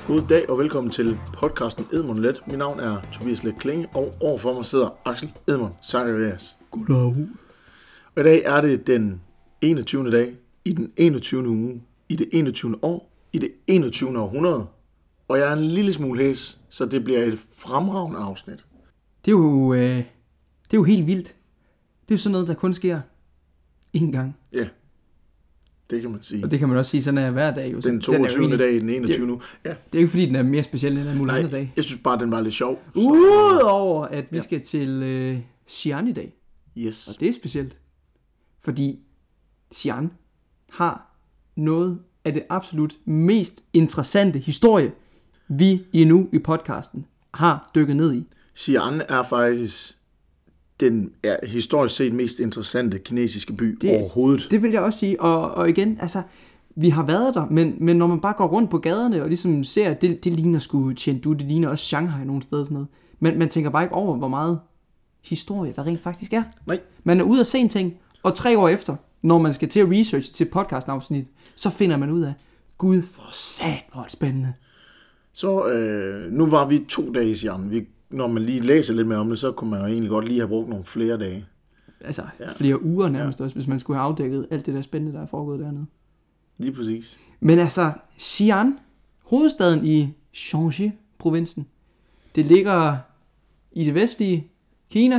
God dag og velkommen til podcasten Edmund Let. Mit navn er Tobias Let Klinge, og overfor mig sidder Axel Edmund Zacharias. Goddag. Og i dag er det den 21. dag i den 21. uge, i det 21. år, i det 21. århundrede. Og jeg er en lille smule hæs, så det bliver et fremragende afsnit. Det er jo helt vildt. Det er jo sådan noget, der kun sker én gang. Ja, det kan man sige. Og det kan man også sige, sådan er hver dag. Jo. Den 22. dag i den 21. uge. Ja. Det er ikke fordi, den er mere speciel end en mulig andre dag. Jeg synes bare, den var lidt sjov. Udover at vi skal til Xi'an i dag. Yes. Og det er specielt. Fordi Xi'an har noget af det absolut mest interessante historie, vi endnu i podcasten har dykket ned i. Xi'an er faktisk den historisk set mest interessante kinesiske by overhovedet. Det vil jeg også sige. Og igen, altså, vi har været der, men når man bare går rundt på gaderne og ligesom ser, at det ligner sgu Chengdu, det ligner også Shanghai nogle steder og sådan noget. Men man tænker bare ikke over, hvor meget historie der rent faktisk er. Nej. Man er ude at se en ting, og 3 år efter, når man skal til at researche til podcastafsnit, så finder man ud af, gud for sat, hvor spændende. Så nu var vi 2 dage i Xi'an. Når man lige læser lidt mere om det, så kunne man jo egentlig godt lige have brugt nogle flere dage. Altså flere uger nærmest også, hvis man skulle have afdækket alt det der spændende, der er foregået dernede. Lige præcis. Men altså, Xi'an, hovedstaden i Shaanxi-provinsen, det ligger i det vestlige Kina.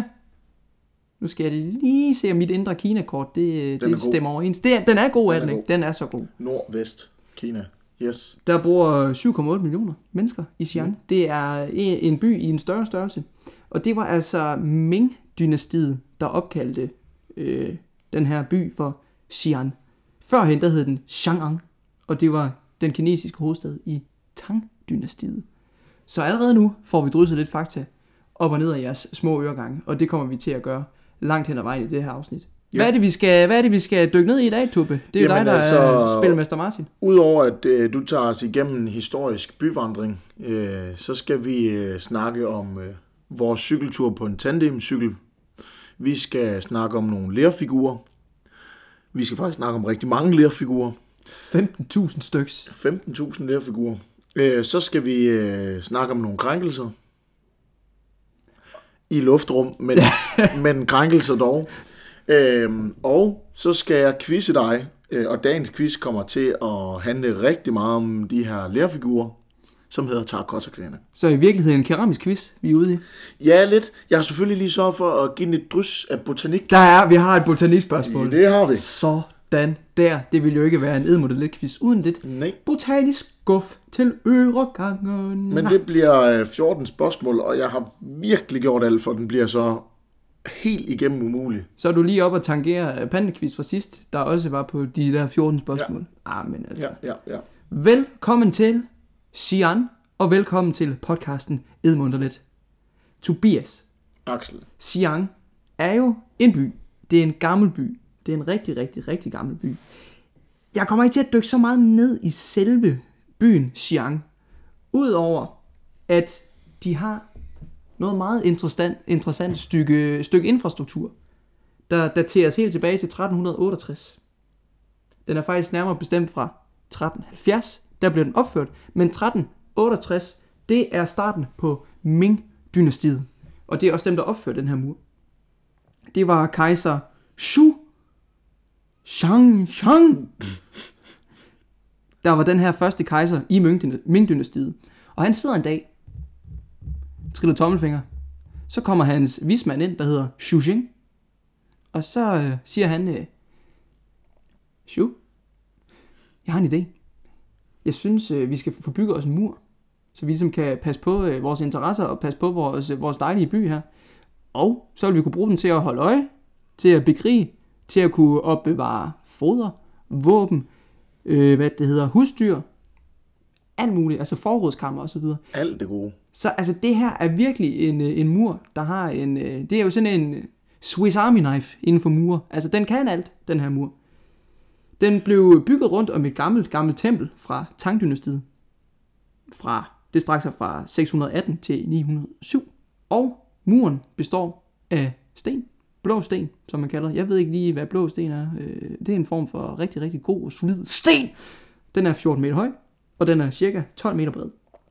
Nu skal jeg lige se, om mit indre Kina-kort, det stemmer overens. Den er god, den ikke? Den er så god. Nordvest Kina, yes. Der bor 7,8 millioner mennesker i Xi'an. Det er en by i en større størrelse. Og det var altså Ming-dynastiet, der opkaldte den her by for Xi'an. Førhen der hed den Chang'an, og det var den kinesiske hovedstad i Tang-dynastiet. Så allerede nu får vi drysset lidt fakta op og ned af jeres små øregange, og det kommer vi til at gøre langt hen ad vejen i det her afsnit. Ja. Hvad er det, vi skal dykke ned i dag, Tubbe? Det er jo dig, der er spilmester Martin. Udover at du tager os igennem en historisk byvandring, så skal vi snakke om vores cykeltur på en tandemcykel. Vi skal snakke om nogle lerfigurer. Vi skal faktisk snakke om rigtig mange lerfigurer. 15.000 styks. 15.000 lerfigurer. Så skal vi snakke om nogle krænkelser. I luftrum, men krænkelser dog. Og så skal jeg quizze dig, og dagens quiz kommer til at handle rigtig meget om de her lerfigurer, som hedder terrakotta-krigerne. Så i virkeligheden en keramisk quiz, vi er ude i? Ja, lidt. Jeg har selvfølgelig lige sørget for at give et drys af botanik. Vi har et botanikspørgsmål. Det har vi. Sådan der. Det ville jo ikke være en Edmund Let quiz uden lidt. Nej. Botanisk guf til øregangen. Men det bliver 14 spørgsmål, og jeg har virkelig gjort alt, for den bliver så helt igennem umulig. Så er du lige op og tangere pandekviz fra sidst, der også var på de der 14 spørgsmål. Ja. Men altså. Ja. Velkommen til Xi'an, og velkommen til podcasten Edmund Let. Tobias. Axel. Xi'an er jo en by. Det er en gammel by. Det er en rigtig, rigtig, rigtig gammel by. Jeg kommer ikke til at dykke så meget ned i selve byen Xi'an, udover at de har noget meget interessant stykke infrastruktur, der dateres helt tilbage til 1368. Den er faktisk nærmere bestemt fra 1370, der blev den opført, men 1368, det er starten på Ming-dynastiet, og det er også dem, der opførte den her mur. Det var kejser Shu Shang, der var den her første kejser i Ming-dynastiet, og han sidder en dag, triller tommelfinger. Så kommer hans vismand ind, der hedder Xu Jing. Og så siger han, Xu, jeg har en idé. Jeg synes, vi skal få bygget os en mur, så vi ligesom kan passe på vores interesser og passe på vores dejlige by her. Og så vil vi kunne bruge den til at holde øje, til at bekrige, til at kunne opbevare foder, våben, husdyr, alt muligt, altså forrådskammer og så videre. Alt det gode. Så altså det her er virkelig en mur, der har det er jo sådan en Swiss Army knife inden for mure. Altså den kan alt, den her mur. Den blev bygget rundt om et gammelt tempel fra Tang-dynastiet. Det strækker sig fra 618 til 907. Og muren består af sten. Blå sten, som man kalder. Jeg ved ikke lige, hvad blå sten er. Det er en form for rigtig, rigtig god og solid sten. Den er 14 meter høj, og den er cirka 12 meter bred.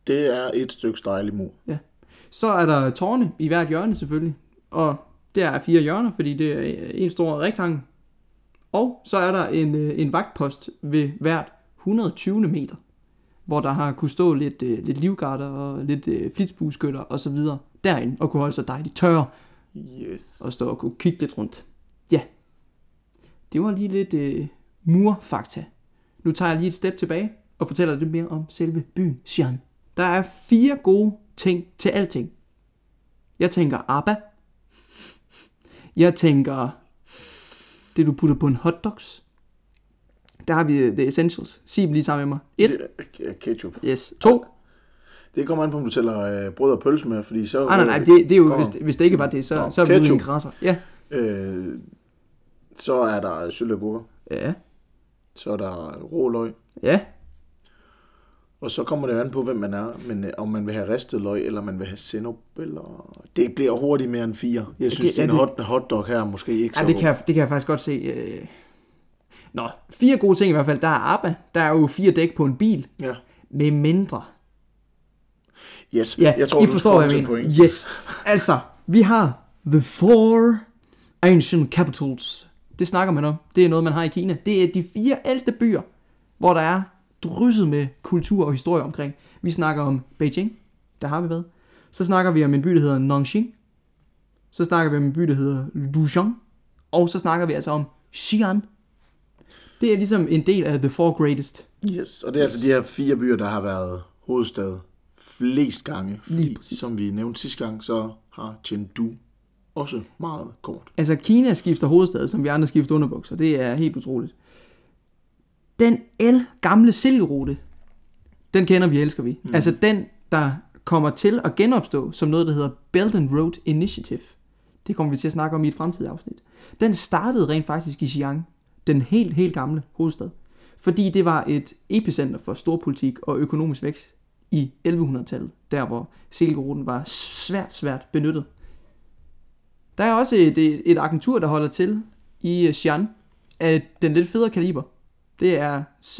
Det er et stykke dejlig mur. Ja. Så er der tårne i hvert hjørne selvfølgelig. Og der er 4 hjørner, fordi det er en stor rektangel. Og så er der en vagtpost ved hvert 120 meter, hvor der har kunne stå lidt livgarder og lidt flitsbueskytter og så videre derinde, og kunne holde sig dejligt tørre. Yes. Og stå og kunne kigge lidt rundt. Ja. Det var lige lidt murfakta. Nu tager jeg lige et step tilbage og fortæller lidt mere om selve byen Xi'an. Der er 4 gode ting til alting. Jeg tænker ABBA. Jeg tænker det du putter på en hotdogs. Der har vi The Essentials. Sig dem lige sammen med mig. 1. Ketchup. Yes. 2. Det kommer an på, om du tæller brød og pølse med, fordi så... Nej, det er jo, hvis det ikke var det, så er vi ude i en krasser. Ja. Så er der sylteagurker. Ja. Så er der rå løg. Ja. Og så kommer det an på, hvem man er. Men om man vil have ristet løg, eller man vil have sennep, eller... Det bliver hurtigt mere end 4. Jeg synes, det en hotdog her måske ikke så... Det kan jeg faktisk godt se. 4 gode ting i hvert fald. Der er ABBA. Der er jo 4 dæk på en bil. Ja. Med mindre. Yes, ja, jeg tror, I forstår, hvad jeg mener. Point. Yes. Altså, vi har The 4 Ancient Capitals. Det snakker man om. Det er noget, man har i Kina. Det er de 4 ældste byer, hvor der er drysset med kultur og historie omkring. Vi snakker om Beijing. Der har vi været. Så snakker vi om en by, der hedder Nanjing. Så snakker vi om en by, der hedder Lujiang. Og så snakker vi altså om Xi'an. Det er ligesom en del af The 4 Greatest. Yes, og det er altså de her 4 byer, der har været hovedstad flest gange. Fordi, som vi nævnte sidste gang, så har Chengdu også meget kort. Altså Kina skifter hovedstad, som vi andre skifter underbukser. Det er helt utroligt. Den gamle silkerute, den kender vi, elsker vi. Altså den, der kommer til at genopstå som noget, der hedder Belt and Road Initiative. Det kommer vi til at snakke om i et fremtidigt afsnit. Den startede rent faktisk i Xi'an, den helt gamle hovedstad. Fordi det var et epicenter for storpolitik og økonomisk vækst i 1100-tallet, der hvor silkeruten var svært benyttet. Der er også et agentur, der holder til i Xi'an af den lidt federe kaliber. Det er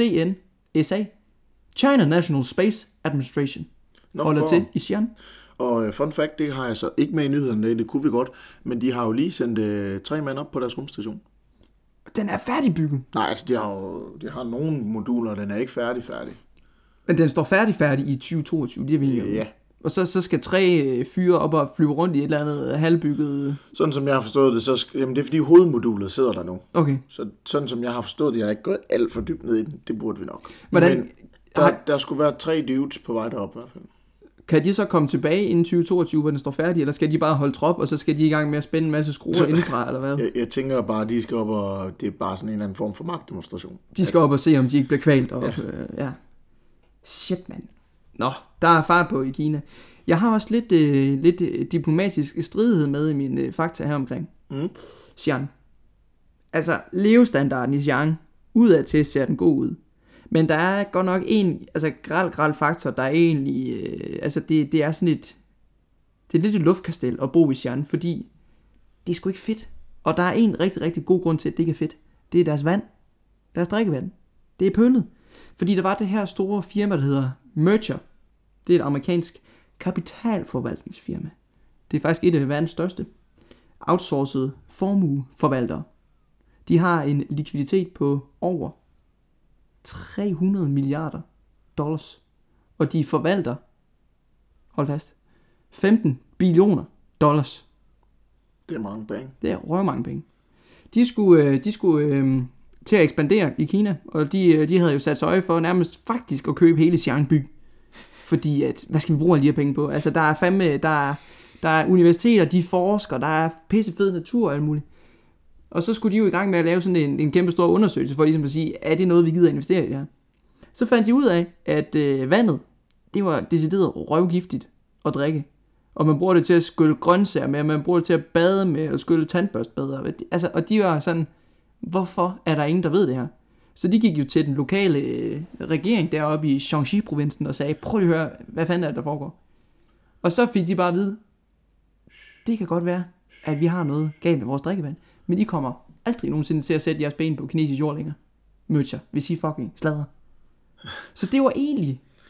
CNSA, China National Space Administration, holder til i Xi'an. Og fun fact, det har jeg så ikke med i nyhederne, det kunne vi godt, men de har jo lige sendt 3 mand op på deres rumstation. Den er færdigbygget. Nej, altså de har nogle moduler, og den er ikke færdig. Men den står færdig i 2022, det er vi ja. Og så skal 3 fyre op og flyve rundt i et eller andet halvbygget... Sådan som jeg har forstået det, så jamen det er fordi hovedmodulet sidder der nu. Okay. Så sådan som jeg har forstået det, jeg har ikke gået alt for dybt ned i den, det burde vi nok. Men der skulle være 3 dudes på vej derop i hvert fald. Kan de så komme tilbage inden 2022, hvor den står færdig, eller skal de bare holde trop, og så skal de i gang med at spænde en masse skruer indenfra, eller hvad? Jeg tænker bare, at de skal op, og det er bare sådan en eller anden form for magtdemonstration. De skal op og se, om de ikke bliver kvalt. Og, ja. Shit, mand. Nå, der er fart på i Kina. Jeg har også lidt diplomatisk stridighed med i mine fakta her omkring. Xi'an. Altså, levestandarden i Xi'an, udadtil ser den god ud. Men der er godt nok en grel faktor, der er egentlig, det er sådan det er lidt et luftkastel at bo i Xi'an, fordi det er sgu ikke fedt. Og der er en rigtig god grund til, at det ikke er fedt. Det er deres vand. Deres drikkevand. Det er pøllet. Fordi der var det her store firma, der hedder Mercer. Det er et amerikansk kapitalforvaltningsfirma. Det er faktisk et af verdens største outsourcede formueforvaltere. De har en likviditet på over 300 milliarder dollars. Og de forvalter, hold fast, 15 billioner dollars. Det er mange penge. Det er røvmange penge. De skulle til at ekspandere i Kina, og de havde jo sat sig øje for nærmest faktisk at købe hele Xi'an by. Fordi, hvad skal vi bruge alle de her penge på? Altså, der er universiteter, de forsker, der er pissefed natur og alt muligt. Og så skulle de jo i gang med at lave sådan en kæmpe stor undersøgelse, for ligesom at sige, er det noget, vi gider investere i det her? Så fandt de ud af, at vandet, det var decideret røvgiftigt at drikke. Og man bruger det til at skylle grøntsager med, man bruger det til at bade med, og skylle tandbørstbader. Altså, og de var sådan, hvorfor er der ingen, der ved det her? Så de gik jo til den lokale regering deroppe i Shaanxi-provinsen og sagde, prøv at høre, hvad fanden er det, der foregår? Og så fik de bare at vide, det kan godt være, at vi har noget galt med vores drikkevand, men I kommer aldrig nogensinde til at sætte jeres ben på kinesisk jord længere. Mercer, hvis I fucking sladrer. Så det var egentlig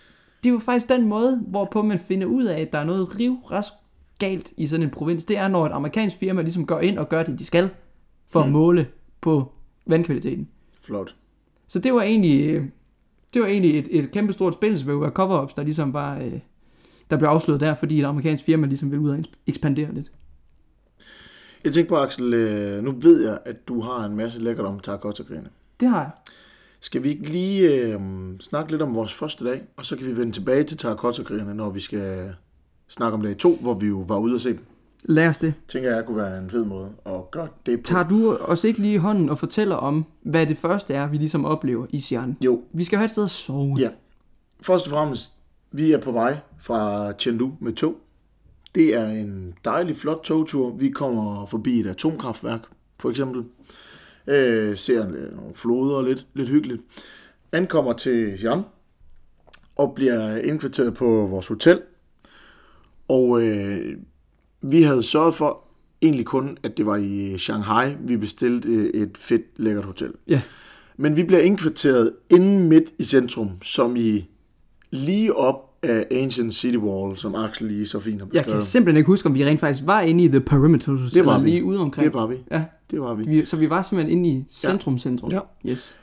det er jo faktisk den måde, hvorpå man finder ud af, at der er noget rivrask galt i sådan en provins. Det er, når et amerikansk firma ligesom går ind og gør det, de skal, for at måle på vandkvaliteten. Flot. Så det var egentlig et kæmpe stort spilsvæv af cover-ups, der ligesom var, der blev afslået der, fordi et amerikansk firma ligesom ville ud og ekspandere lidt. Jeg tænker på, Axel, nu ved jeg, at du har en masse lækkert om terracotta-krigerne. Det har jeg. Skal vi ikke lige snakke lidt om vores første dag, og så kan vi vende tilbage til terracotta-krigerne, når vi skal snakke om dag 2, hvor vi jo var ude at se dem. Lad os det. Tænker jeg kunne være en fed måde at gøre det på. Tager du os ikke lige i hånden og fortæller om, hvad det første er, vi ligesom oplever i Xi'an? Jo. Vi skal jo have et sted at sove. Ja. Først og fremmest, vi er på vej fra Chengdu med tog. Det er en dejlig, flot togtur. Vi kommer forbi et atomkraftværk, for eksempel. Ser nogle floder, lidt hyggeligt. Ankommer til Xi'an og bliver indkvarteret på vores hotel. Og vi havde sørget for egentlig kun, at det var i Shanghai, vi bestilte et fedt, lækkert hotel. Ja. Men vi bliver indkvarteret inde midt i centrum, som i lige op af Ancient City Wall, som Axel lige så fint har beskrevet. Jeg kan simpelthen ikke huske, om vi rent faktisk var inde i The Perimeter. Det var vi. Lige ude omkring. Det var vi. Ja. Det var vi. Så vi var simpelthen inde i centrum. Ja. Yes.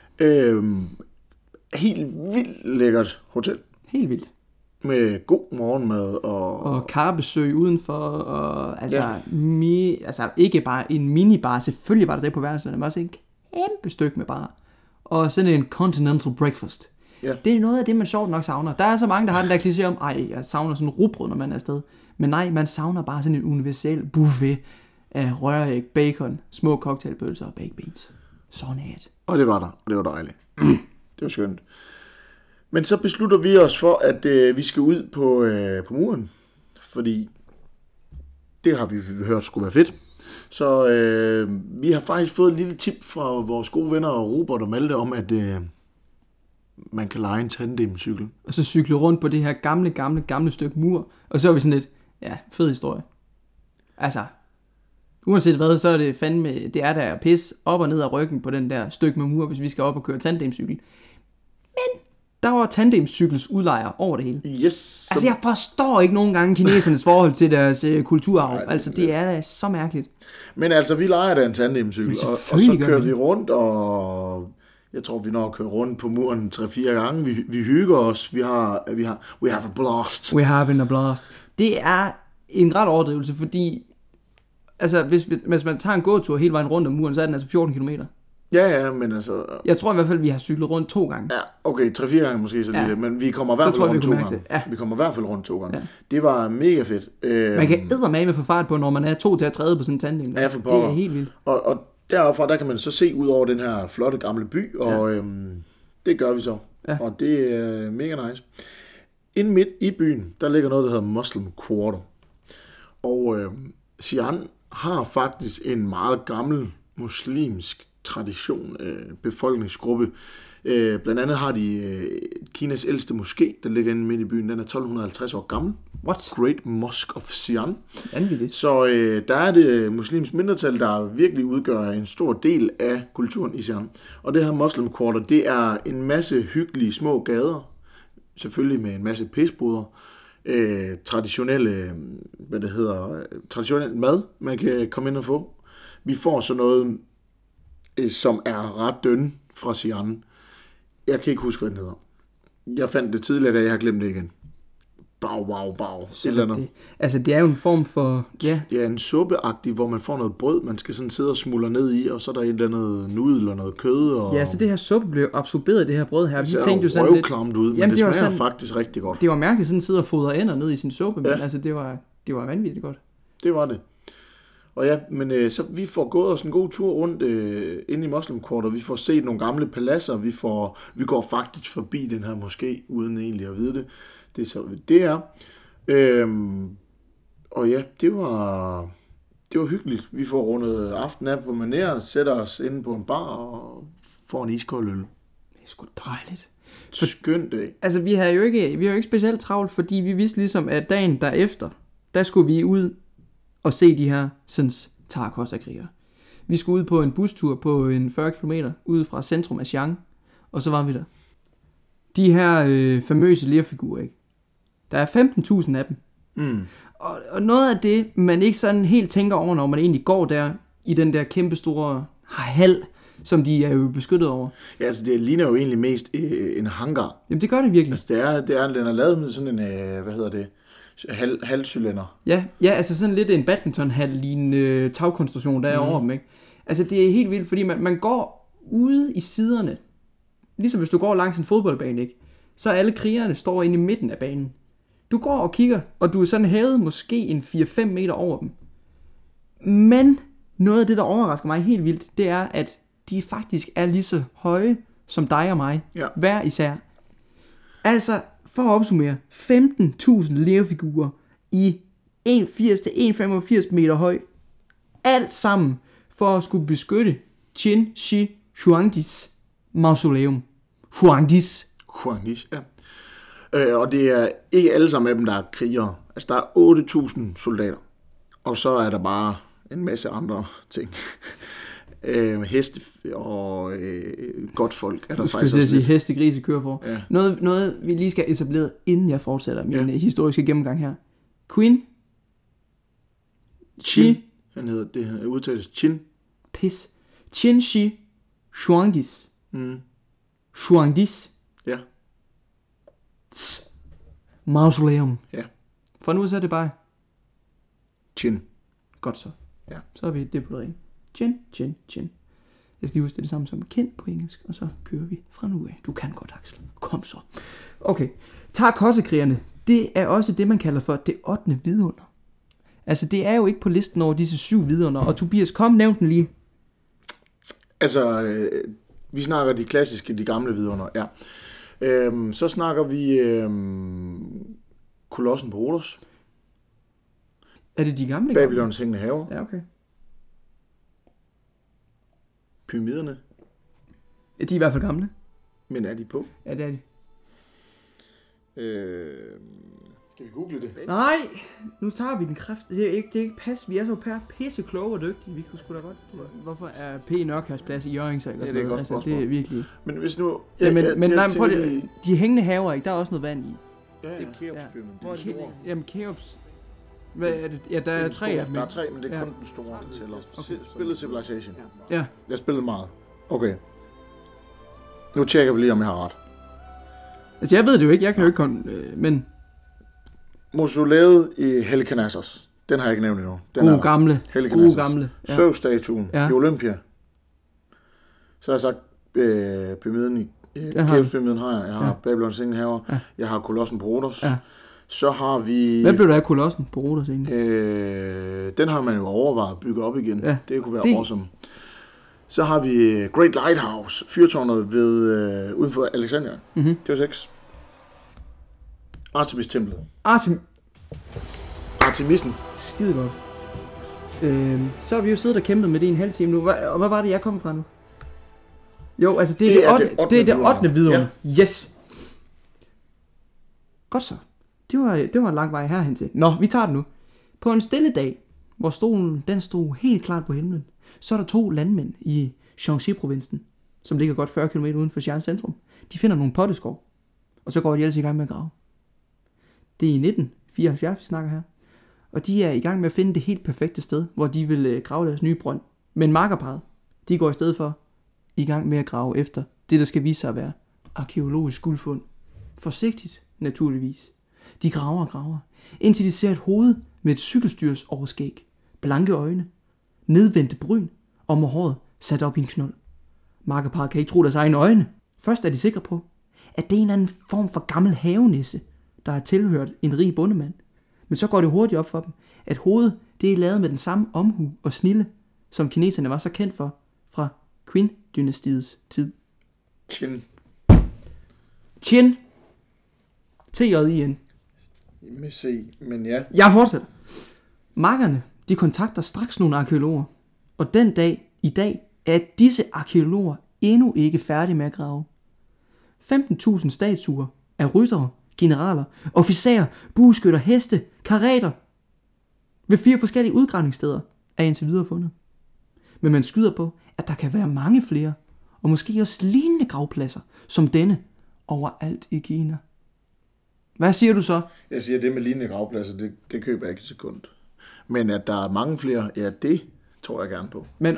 Helt vildt lækkert hotel. Helt vildt. Med god morgenmad og karbesøg udenfor, og altså ikke bare en minibar, selvfølgelig var der det på værelsen, men også en kæmpe stykke med bar, og sådan en continental breakfast. Ja. Det er noget af det, man sjovt nok savner. Der er så mange, der har den der kliché om, jeg savner sådan en rugbrød, når man er afsted. Men nej, man savner bare sådan en universel buffet af røræg, bacon, små cocktailpølser og baked beans. Sådan et. Og det var der, og det var dejligt. Det var skønt. Men så beslutter vi os for, at vi skal ud på muren, fordi det har vi hørt skulle være fedt. Så vi har faktisk fået et lille tip fra vores gode venner Robert og Malte om, at man kan leje en tandemcykel. Og så cykle rundt på det her gamle stykke mur, og så er vi sådan lidt, ja, fed historie. Altså, uanset hvad, så er det fandme, det er der pis op og ned af ryggen på den der stykke med mur, hvis vi skal op og køre tandemcykel. Men der var tandemcykels udlejere over det hele. Yes. Altså, jeg forstår ikke nogen gange kinesernes forhold til deres kulturarv. Altså, det er da så mærkeligt. Men altså, vi lejer da en tandemcykel, og så kører vi rundt, og jeg tror, vi når at køre rundt på muren 3-4 gange. Vi hygger os. We have a blast. We having a blast. Det er en ret overdrivelse, fordi altså, hvis man tager en gåtur hele vejen rundt om muren, så er den altså 14 kilometer. Ja, men altså... Jeg tror i hvert fald, vi har cyklet rundt 2 gange. Ja, okay, 3-4 gange måske, så det, men vi kommer i hvert fald rundt 2 gange. Ja. Vi kommer i hvert fald rundt 2 gange. Ja. Det var mega fedt. Man kan eddermame få fart på, når man er 2 til at træde på sådan en tandem. Ja, for det er helt vildt. Og deroppe der kan man så se ud over den her flotte gamle by, og det gør vi så. Ja. Og det er mega nice. Inde midt i byen, der ligger noget, der hedder Muslim Quarter. Og Xi'an har faktisk en meget gammel muslimsk tradition, befolkningsgruppe. Blandt andet har de Kinas ældste moské, der ligger inde midt i byen. Den er 1250 år gammel. What? Great Mosque of Xi'an. Vanvittigt. Så der er det muslimsk mindretal, der virkelig udgør en stor del af kulturen i Xi'an. Og det her Muslim Quarter, det er en masse hyggelige små gader, selvfølgelig med en masse pisboder, traditionelle mad, man kan komme ind og få. Vi får så noget, som er ret døn fra Xi'an. Jeg kan ikke huske, hvad den hedder. Jeg fandt det tidligere, da jeg har glemt det igen. Bag. Altså, det er jo en form for... Ja, en suppeagtig, hvor man får noget brød, man skal sådan sidde og smuldre ned i, og så er der et eller andet nudel og noget kød. Og... Ja, så det her suppe blev absorberet i det her brød her. Det ser jo røvklamt ud, men det smager sådan, faktisk rigtig godt. Det var mærkeligt sådan at sidde og fodre ender ned i sin suppe, men altså, det var vanvittigt godt. Det var det. Og ja, men så vi får gået os en god tur rundt inde i Muslim Quarter. Vi får set nogle gamle paladser. Vi går faktisk forbi den her moské, uden egentlig at vide det. Det er så det er. Og ja, det var hyggeligt. Vi får rundet aften af på manér, sætter os inde på en bar og får en iskold øl. Det er sgu dejligt. Skønt dag. Altså, vi har jo ikke specielt travlt, fordi vi vidste ligesom, at dagen derefter, der skulle vi ud og se de her terracotta-krigere. Vi skulle ud på en bustur på en 40 km ude fra centrum af Xi'an, og så var vi der. De her famøse lerfigurer, ikke? Der er 15.000 af dem. Og noget af det, man ikke sådan helt tænker over, når man egentlig går der i den der kæmpe store hal, som de er jo beskyttet over. Ja, altså det ligner jo egentlig mest en hangar. Jamen det gør det virkelig. Altså den er lavet med sådan en, halvcylinder. Ja, altså sådan lidt en badmintonhal-lignende tagkonstruktion, der er over dem, ikke? Altså det er helt vildt, fordi man går ude i siderne, ligesom hvis du går langs en fodboldbane, ikke? Så alle krigerne står inde i midten af banen. Du går og kigger, og du er sådan hævet måske en 4-5 meter over dem. Men noget af det, der overrasker mig helt vildt, det er, at de faktisk er lige så høje som dig og mig. Ja. Hver især. Altså, for at opsummere, 15.000 lerfigurer i 1,80-1,85 meter høj. Alt sammen for at skulle beskytte Qin Shi Huangdis mausoleum. Huangdis, ja. Og det er ikke alle sammen af dem, der er krigere. Altså, der er 8.000 soldater. Og så er der bare en masse andre ting. Heste og godt folk er der faktisk også lidt. Heste, grise, kører for. Ja. Noget, vi lige skal etablere, inden jeg fortsætter min historiske gennemgang her. Qin Shi. Det udtales Qin. Pis. Qin Shi Huangdis. Huangdis. Ja. Mausoleum. Ja. For nu så er det bare Qin. godt så. Ja. Så er vi det på det rene. Qin. Jeg skal lige huske det samme som kendt på engelsk, og så kører vi fra nu af. Du kan godt, Axel. Kom så. Okay. Tarkossekrigerne. Det er også det, man kalder for det 8. vidunder. Altså, det er jo ikke på listen over disse 7 vidunder. Og Tobias, kom, nævn den lige. Altså, vi snakker de klassiske, de gamle vidunder, ja. Så snakker vi Kolossen på Rhodos. Er det de gamle? Babylons hængende haver. Ja, okay. Pyramiderne. Ja, de er i hvert fald gamle. Men er de på? Ja, det er de. Skal vi google det? Nej, nu tager vi den kræft. Det er ikke pas. Vi er så pisse kloge og dygtige. Vi kunne sgu da godt. Hvorfor er P. Nørkærs plads i Hjørring så ikke? Ja, det er godt altså, det er virkelig. Men hvis nu... Men prøv det. De hængende haver, ikke? Der er også noget vand i. Ja, det er Keopspyramiden. Det er store. Jamen, Keops. Hvad er det? Ja, der er 3 af dem. Der er 3, men det er kun den store, der tæller. Okay. Spillet Civilization. Ja. Jeg spillede meget. Okay. Nu tjekker vi lige, om jeg har ret. Altså, jeg ved det jo ikke. Jeg kan jo ikke men... Mausoleet i Halikarnassos. Den har jeg ikke nævnt endnu. Den gode gamle. Halikarnassos. Gode gamle. Ja. Zeus-statuen i Olympia. Så har jeg sagt pyramiden i Keopspyramiden har jeg. Jeg har Babylons hængende haver. Ja. Jeg har Kolossen på Rhodos. Ja. Så har vi... Hvad blev der af Kolossen på Rhodos egentlig? Den har man jo overvejet at bygge op igen. Ja. Det kunne være awesome. Så har vi Great Lighthouse, fyrtårnet ved uden for Alexandria. Det var 6. Artemis-templet. Artemisen. Skide godt. Så har vi jo siddet og kæmpet med det i en halv time nu. Og hvad var det, jeg kom fra nu? Jo, altså det er det 8. vidunder. Ja. Yes. Godt så. Det var en lang vej herhen til. Nå, vi tager det nu. På en stille dag, hvor stolen den stod helt klart på himlen, så er der 2 landmænd i Shaanxi-provinsen, som ligger godt 40 km uden for Xi'an centrum. De finder nogle potteskov, og så går de ellers i gang med at grave. Det er i 1974, vi snakker her. Og de er i gang med at finde det helt perfekte sted, hvor de vil grave deres nye brønd. Men makkerparret, de går i stedet for i gang med at grave efter det, der skal vise sig at være arkæologisk guldfund. Forsigtigt, naturligvis. De graver og graver, indtil de ser et hoved med et cykelstyrs overskæg, blanke øjne, nedvendte bryn og med håret sat op i en knold. Makkerparret kan ikke tro deres egne øjne. Først er de sikre på, at det er en anden form for gammel havenisse, der har tilhørt en rig bondemand. Men så går det hurtigt op for dem, at hovedet det er lavet med den samme omhu og snilde, som kineserne var så kendt for fra Qin-dynastiets tid. Qin. T-J-I-N. Med C, men ja. Jeg fortsætter. Makkerne, de kontakter straks nogle arkæologer. Og den dag, i dag, er disse arkæologer endnu ikke færdige med at grave. 15.000 statuer af ryttere, generaler, officerer, bueskytter, heste, kareter ved 4 forskellige udgravningssteder er indtil videre fundet. Men man skyder på, at der kan være mange flere, og måske også lignende gravpladser som denne overalt i Kina. Hvad siger du så? Jeg siger, det med lignende gravpladser, det køber jeg ikke et sekund. Men at der er mange flere, ja, det tror jeg gerne på. Men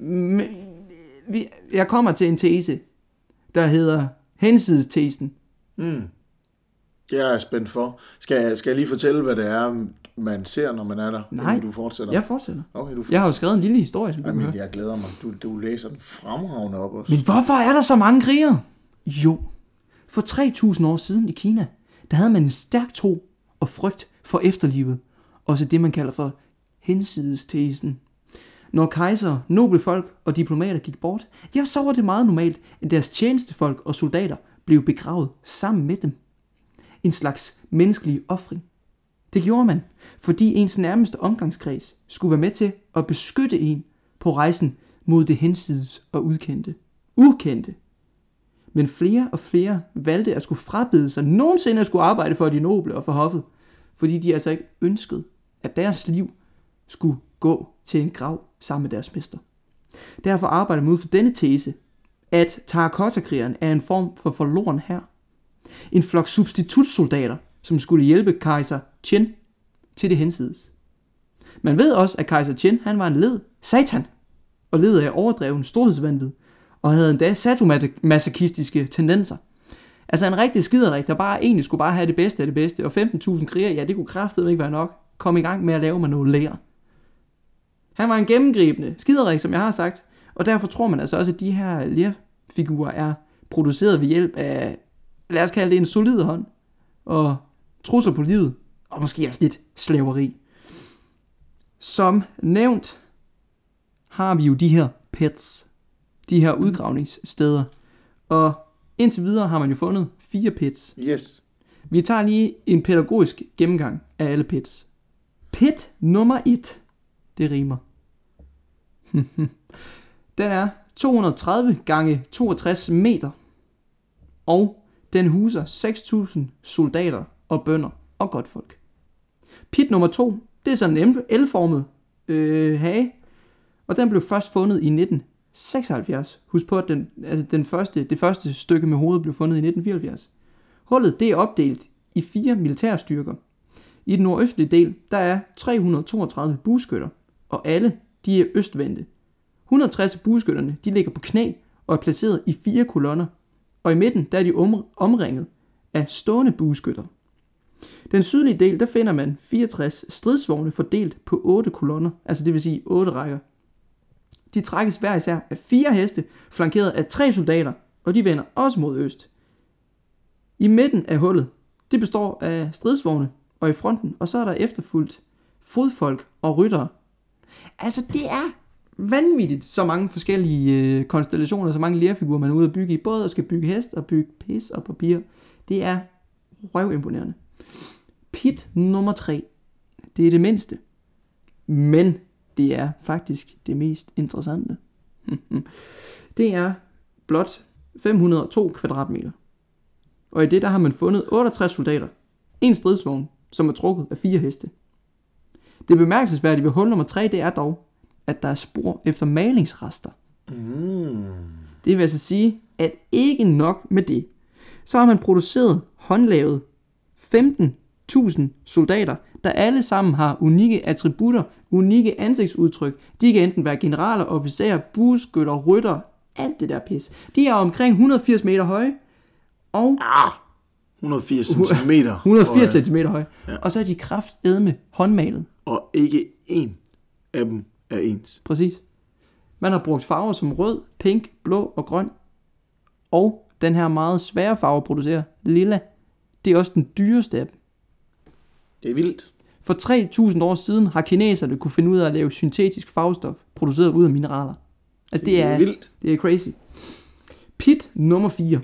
jeg kommer til en tese, der hedder hensidestesen. Jeg er spændt for. Skal jeg lige fortælle, hvad det er, man ser, når man er der? Nej, du fortsætter? jeg fortsætter. Okay, du fortsætter. Jeg har jo skrevet en lille historie, som du kan høre. Jeg glæder mig. Du læser den fremragende op også. Men hvorfor er der så mange krigere? Jo, for 3.000 år siden i Kina, der havde man en stærk tro og frygt for efterlivet. Også det, man kalder for hensidestesen. Når kejser, nobelfolk og diplomater gik bort, ja, så var det meget normalt, at deres tjenestefolk og soldater blev begravet sammen med dem. En slags menneskelig ofring. Det gjorde man, fordi ens nærmeste omgangskreds skulle være med til at beskytte en på rejsen mod det hensides og ukendte. Men flere og flere valgte at skulle frabede sig nogensinde at skulle arbejde for de noble og for hoffet, fordi de altså ikke ønskede, at deres liv skulle gå til en grav sammen med deres mester. Derfor arbejder man ud for denne tese, at Terrakotta-krigeren er en form for forloren hær. En flok substitutsoldater, som skulle hjælpe kejser Qin til det hensides. Man ved også, at kejser Qin, han var en led satan, og led af overdreven storhedsvanvid, og havde endda sadomasochistiske tendenser. Altså en rigtig skiderik, der egentlig skulle have det bedste af det bedste, og 15.000 kriger, ja, det kunne kraftedeme ikke være nok. Kom i gang med at lave manolere. Han var en gennemgribende skiderik, som jeg har sagt, og derfor tror man altså også, at de her lerfigurer er produceret ved hjælp af, lad os kalde det en solid hånd, og trusler på livet, og måske også lidt slaveri. Som nævnt har vi jo de her pits, de her udgravningssteder, og indtil videre har man jo fundet 4 pits. Yes. Vi tager lige en pædagogisk gennemgang af alle pits. Pit nummer 1, det rimer. Den er 230 gange 62 meter, og den huser 6.000 soldater og bønder og godtfolk. Pit nummer 2, det er sådan en L-formet hage, og den blev først fundet i 1976. Husk på, at det første stykke med hovedet blev fundet i 1974. Hullet det er opdelt i 4 militærstyrker. I den nordøstlige del, der er 332 bueskytter, og alle de er østvendte. 160 af bueskytterne, de ligger på knæ og er placeret i 4 kolonner, og i midten, der er de omringet af stående bueskytter. Den sydlige del, der finder man 64 stridsvogne fordelt på 8 kolonner, altså det vil sige 8 rækker. De trækkes hver især af 4 heste, flankeret af 3 soldater, og de vender også mod øst. I midten af hullet, det består af stridsvogne, og i fronten, og så er der efterfulgt fodfolk og ryttere. Altså det er vanvittigt, så mange forskellige konstellationer, så mange lerfigurer man er ude at bygge i, både at skal bygge hest og bygge pis og papir. Det er røvimponerende. Pit nummer 3, det er det mindste, men det er faktisk det mest interessante. Det er blot 502 kvadratmeter. Og i det der har man fundet 68 soldater, en stridsvogn, som er trukket af 4 heste. Det bemærkelsesværdige ved hul nummer 3, det er dog, at der er spor efter malingsrester. Det vil altså sige, at ikke nok med det, så har man produceret håndlavet 15.000 soldater, der alle sammen har unikke attributter, unikke ansigtsudtryk. De kan enten være generaler, officerer, bueskytter, rytter, alt det der pis. De er omkring 180 meter høje, og 180 centimeter. 180 centimeter høje. Ja. Og så er de kraftedme håndmalet. Og ikke en af dem er ens. Præcis. Man har brugt farver som rød, pink, blå og grøn. Og den her meget svære farve at producere, lilla, det er også den dyreste af dem. Det er vildt. For 3.000 år siden har kineserne kunne finde ud af at lave syntetisk farvestof, produceret ud af mineraler. Altså det er vildt. Det er crazy. Pit nummer 4.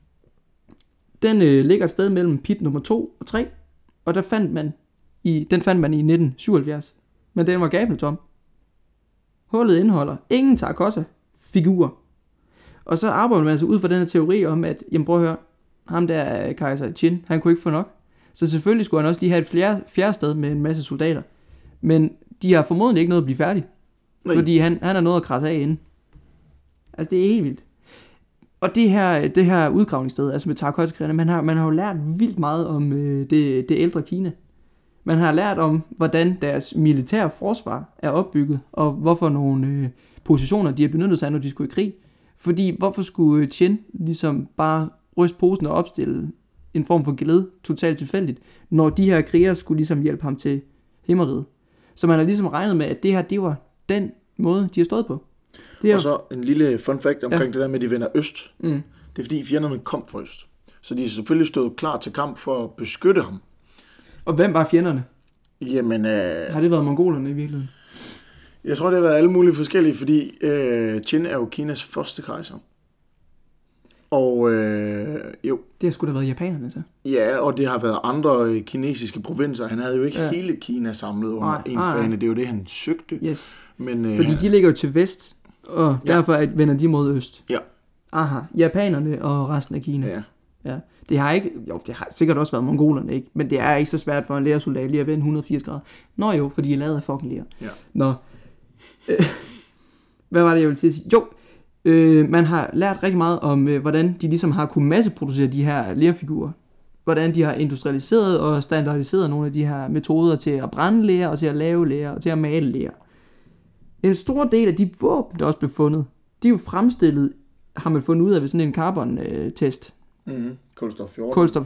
Den ligger et sted mellem pit nummer 2 og 3, og den fandt man i 1977. Men den var gabeltom. Hullet indeholder ingen Terrakotta-figurer. Og så arbejder man altså ud fra den her teori om, at, jamen prøv at høre, ham der kejser Qin, han kunne ikke få nok. Så selvfølgelig skulle han også lige have et fjerde sted med en masse soldater. Men de har formodentlig ikke noget at blive færdige. Nej. Fordi han er noget at krasse af inden. Altså det er helt vildt. Og det her udgravningssted, altså med Terrakotta-krigerne, man har jo lært vildt meget om det ældre Kina. Man har lært om, hvordan deres militære forsvar er opbygget, og hvorfor nogle positioner de har benyttet sig af, når de skulle i krig. Fordi hvorfor skulle Qin ligesom bare ryste posen og opstille en form for glæde totalt tilfældigt, når de her krigere skulle ligesom hjælpe ham til himmeriget. Så man har ligesom regnet med, at det her, det var den måde, de har stået på. Og så en lille fun fact omkring det der med, at de vender øst. Det er fordi fjenderne kom fra øst. Så de er selvfølgelig stået klar til kamp for at beskytte ham. Og hvem var fjenderne? Jamen... Har det været mongolerne i virkeligheden? Jeg tror, det har været alle mulige forskellige, fordi Qin er jo Kinas første kejser. Og jo. Det har sgu da været japanerne så. Ja, og det har været andre kinesiske provinser. Han havde jo ikke hele Kina samlet under en fane. Det er jo det, han søgte. Yes. Men, fordi de ligger jo til vest, og derfor vender de mod øst. Ja. Aha, japanerne og resten af Kina. Ja. Det har sikkert også været mongolerne, ikke? Men det er ikke så svært for en lærersoldat lige at vende 180 grader. Nå jo, fordi de er lavet af fucking ler. Ja. Nå. Hvad var det, jeg ville til at sige? Jo, man har lært rigtig meget om, hvordan de ligesom har kunnet masseproducere de her lerfigurer. Hvordan de har industrialiseret og standardiseret nogle af de her metoder til at brænde ler, og til at lave ler, og til at male ler. En stor del af de våben, der også blev fundet, de er jo fremstillet, har man fundet ud af ved sådan en carbon-test. Kulstof 14. Kulstof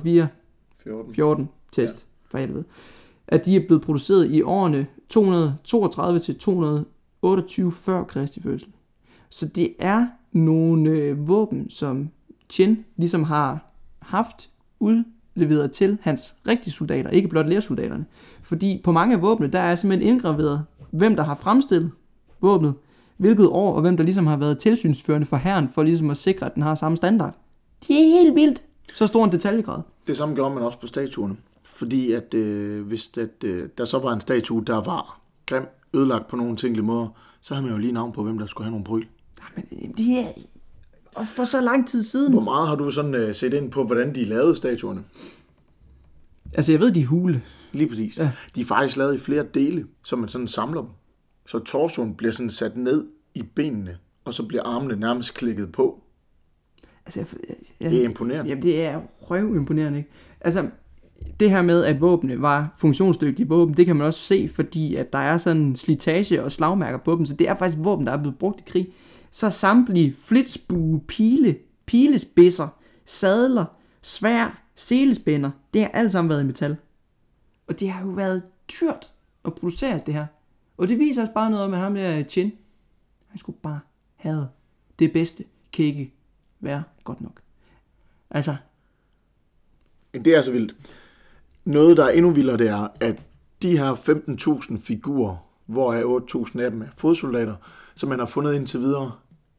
14 test, for helvede. At de er blevet produceret i årene 232 til 228 før Kristi fødsel. Så det er nogle våben, som Qin ligesom har haft udleveret til hans rigtige soldater, ikke blot lersoldaterne. Fordi på mange af våbnene, der er simpelthen indgraveret, hvem der har fremstillet våbnet, hvilket år, og hvem der ligesom har været tilsynsførende for hæren, for ligesom at sikre, at den har samme standard. Det er helt vildt. Så stor en detaljegrad. Det samme gjorde man også på statuerne. Fordi at hvis der så var en statue, der var grim, ødelagt på nogle tænkelige måder, så havde man jo lige navn på, hvem der skulle have nogle bryl. Men det er for så lang tid siden. Hvor meget har du sådan set ind på, hvordan de lavede statuerne? Altså, jeg ved, de er hule. Lige præcis. Ja. De er faktisk lavet i flere dele, så man sådan samler dem. Så torsoen bliver sådan sat ned i benene, og så bliver armene nærmest klikket på. Altså, det er imponerende. Jamen, det er røvimponerende, ikke? Altså, det her med, at våbne var funktionsdygtige våben, det kan man også se, fordi at der er sådan slitage og slagmærker på dem, så det er faktisk våben, der er blevet brugt i krig. Så samtlige flitsbue, pilespidser, sadler, svær, selespænder, det har alt sammen været i metal. Og det har jo været dyrt at producere alt det her. Og det viser også bare noget om, at ham der Qin, han skulle bare have det bedste, kan ikke være godt nok. Altså. Det er så vildt. Noget, der er endnu vildere, det er, at de her 15.000 figurer, hvoraf 8.000 af dem er fodsoldater, som man har fundet indtil videre,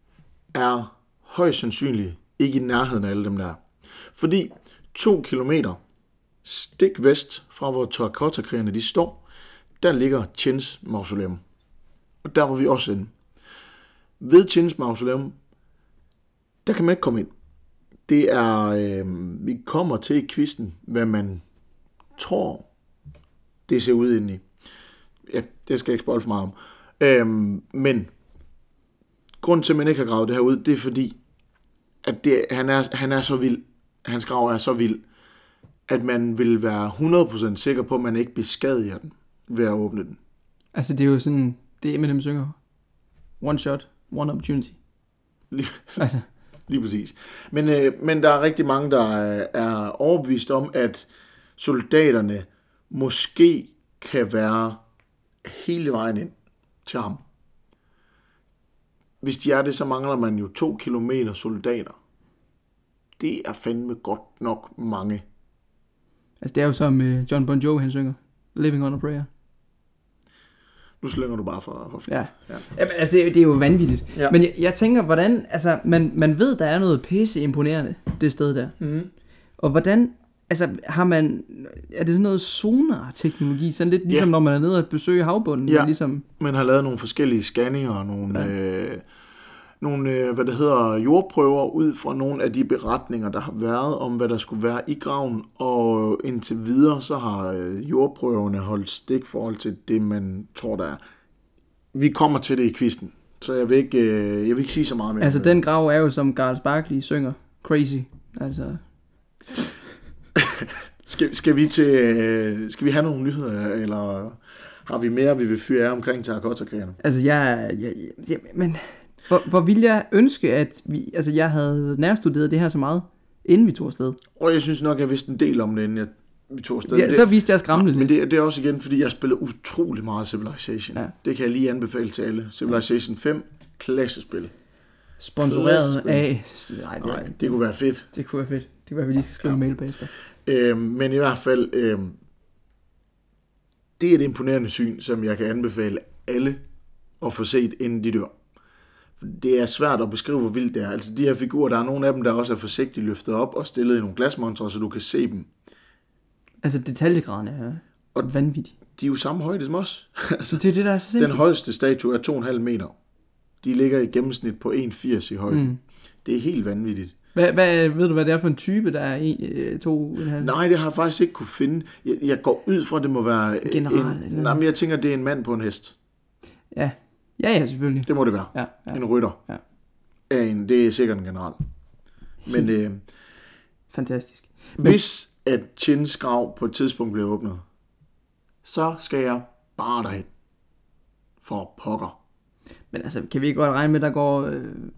er højst sandsynligt ikke i nærheden af alle dem der. Fordi 2 kilometer stik vest fra, hvor Terrakotta-krigerne de står, der ligger Qins mausoleum. Og der var vi også inde. Ved Qins mausoleum, der kan man ikke komme ind. Det er, vi kommer til i quizzen, hvad man tror, det ser ud indeni. Ja, det skal jeg ikke spoil for meget om. Men grunden til, at man ikke har gravet det her ud, det er fordi, at han er så vild, hans grav er så vild, at man vil være 100% sikker på, at man ikke beskadiger den ved at åbne den. Altså det er jo sådan, det er med dem synger. One shot, one opportunity. Lige præcis. Men der er rigtig mange, der er overbevist om, at soldaterne måske kan være hele vejen ind til ham. Hvis de er det, så mangler man jo 2 kilometer soldater. Det er fandme godt nok mange. Altså det er jo som John Bon Jovi, han synger. Living on a Prayer. Nu slynger du bare fra hoften. Ja. Jamen, altså det er jo vanvittigt. Ja. Men jeg tænker, hvordan, altså man ved, der er noget pisse imponerende, det sted der. Og hvordan, altså er det sådan noget sonar-teknologi, sådan lidt ligesom når man er nede og besøger havbunden? Ja, ligesom man har lavet nogle forskellige scanninger og nogle jordprøver ud fra nogle af de beretninger, der har været om, hvad der skulle være i graven, og indtil videre, så har jordprøverne holdt stik forhold til det, man tror, der er. Vi kommer til det i quizzen, Så jeg vil ikke sige så meget mere. Altså, den grav er jo, som Gareth Barkley synger, crazy. Altså... Skal vi have nogle nyheder, eller har vi mere, vi vil fyre af omkring terracotta-krigerne? Altså, men hvor ville jeg ønske, at jeg havde nærstuderet det her så meget, inden vi tog afsted. Og jeg synes nok, jeg vidste en del om det, inden vi tog afsted. Ja, så viste jeg skræmmende lidt. Men det er også igen, fordi jeg spiller utrolig meget Civilization. Ja. Det kan jeg lige anbefale til alle. Civilization 5, klassespil. Sponsoreret af... Nej, det kunne være fedt. Det kunne være fedt. Det kunne være, vi lige skal skrive en mail bagefter. Men i hvert fald, det er et imponerende syn, som jeg kan anbefale alle at få set, inden de dør. Det er svært at beskrive, hvor vildt det er. Altså de her figurer, der er nogle af dem, der også er forsigtigt løftet op og stillet i nogle glasmontrer, så du kan se dem. Altså detaljegraden er vanvittig. De er jo samme højde som os. Altså, det er det, der er så sindssygt. Den højeste statue er 2,5 meter. De ligger i gennemsnit på 1,80 i højden. Det er helt vanvittigt. Ved du, hvad det er for en type, der er 2,5? Nej, det har jeg faktisk ikke kunne finde. Jeg går ud fra, at det må være... General. Men jeg tænker, det er en mand på en hest. Ja, selvfølgelig. Det må det være. Ja. En rytter. Ja. Det er sikkert en general. Men fantastisk. Hvis at Chins grav på et tidspunkt bliver åbnet, så skal jeg bare derhen. For pokker. Men altså, kan vi ikke godt regne med, at der går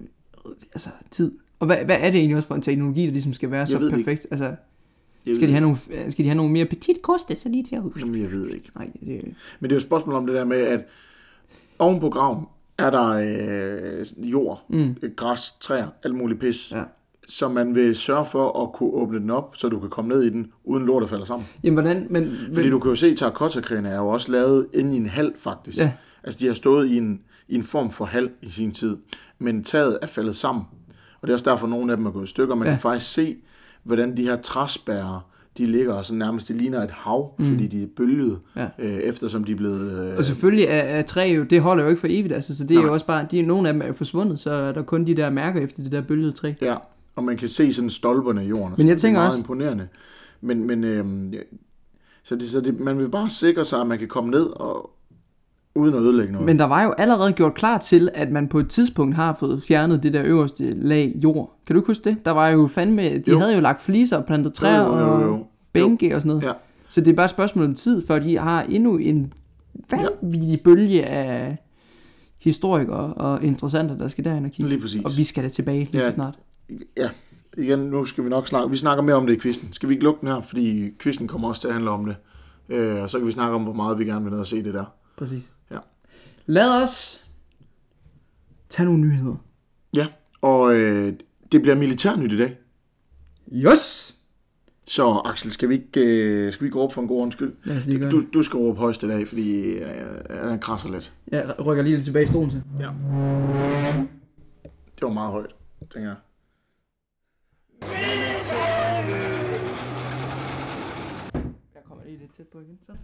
tid? Og hvad er det egentlig også for en teknologi, der ligesom skal være så perfekt? Altså, skal de have nogle mere petit koste, så lige til at huske? Jamen, jeg ved ikke. Nej, men det er jo et spørgsmål om det der med, at oven på graven er der jord, græs, træer, alt muligt pis. Ja. Så man vil sørge for at kunne åbne den op, så du kan komme ned i den, uden lortet falder sammen. Jamen, hvordan? Fordi du kan jo se, at terracotta-krigerne er jo også lavet inde i en hal, faktisk. Ja. Altså, de har stået i en form for hal i sin tid, men taget er faldet sammen. Og det er også derfor, at nogle af dem er gået i stykker. Man kan faktisk se, hvordan de her træspærrer, de ligger og så nærmest, det ligner et hav, fordi de er bølget, eftersom de er blevet... Og selvfølgelig er træ jo, det holder jo ikke for evigt, altså, så det er jo også bare, nogle af dem er jo forsvundet, så er der kun de der mærker efter det der bølgede træ. Ja, og man kan se sådan stolperne i jorden, men jeg tænker det er meget også imponerende. Så man vil bare sikre sig, at man kan komme ned og uden at ødelægge noget. Men der var jo allerede gjort klar til, at man på et tidspunkt har fået fjernet det der øverste lag jord. Kan du ikke huske det? Der var jo fandme, de havde jo lagt fliser og plantet træer og bænke og sådan noget. Ja. Så det er bare et spørgsmål om tid, før de har endnu en vanvittig bølge af historikere og interessenter, der skal derhen og kigge. Lige præcis. Og vi skal da tilbage lige så snart. Ja, igen, nu skal vi nok snakke. Vi snakker mere om det i quizzen. Skal vi ikke lukke den her, fordi quizzen kommer også til at handle om det. Og så kan vi snakke om, hvor meget vi gerne vil ned og se det der. Præcis. Ja. Lad os tage nogle nyheder. Ja, og det bliver militærnyt i dag. Yes! Så Axel, skal vi ikke gå op for en god undskyld? Ja, du skal råbe højst i dag, fordi han krasser lidt. Jeg rykker lige lidt tilbage i stolen til. Ja. Det var meget højt, tænker jeg. Jeg kommer lige lidt tæt på igen, så.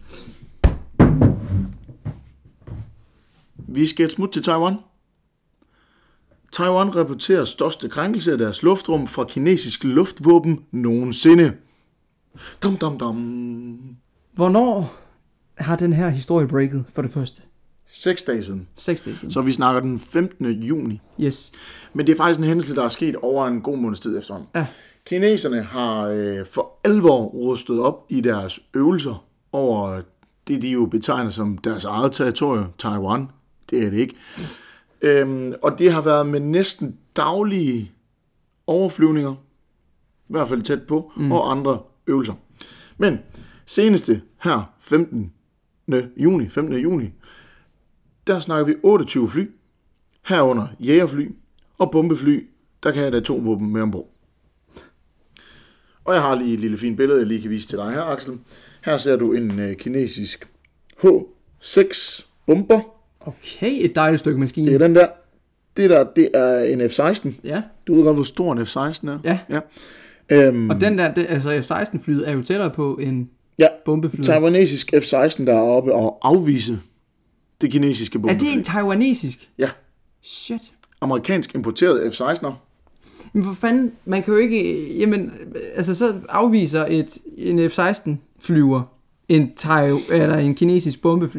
Vi skal et smut til Taiwan. Taiwan rapporterer største krænkelse af deres luftrum fra kinesiske luftvåben nogensinde. Dum, dum, dum. Hvornår har den her historie breaket for det første? 6 dage siden. 6 dage siden. Så vi snakker den 15. juni. Yes. Men det er faktisk en hændelse, der er sket over en god måneds tid efterhånden. Ja. Kineserne har for alvor rustet op i deres øvelser over det, de jo betegner som deres eget territorium, Taiwan. Det er det ikke. Og det har været med næsten daglige overflyvninger, i hvert fald tæt på, og andre øvelser. Men seneste her, 15. juni, der snakker vi 28 fly, herunder jægerfly og bombefly, der kan have et atomvåben med ombord. Og jeg har lige et lille fint billede, jeg lige kan vise til dig her, Axel. Her ser du en kinesisk H6 bomber. Okay, et dejligt stykke maskine. Det er den der. Det er en F-16. Ja. Du ved godt, hvor stor en F-16 er. Ja. Og den der, altså F-16-flyet er jo tættere på en bombefly. Taiwanesisk F-16, der er oppe og afvise det kinesiske bombefly. Er det en taiwanesisk? Ja. Shit. Amerikansk importeret F-16'er. Men for fanden, man kan jo ikke, jamen, altså så afviser en F-16-flyver en kinesisk bombefly, ikke?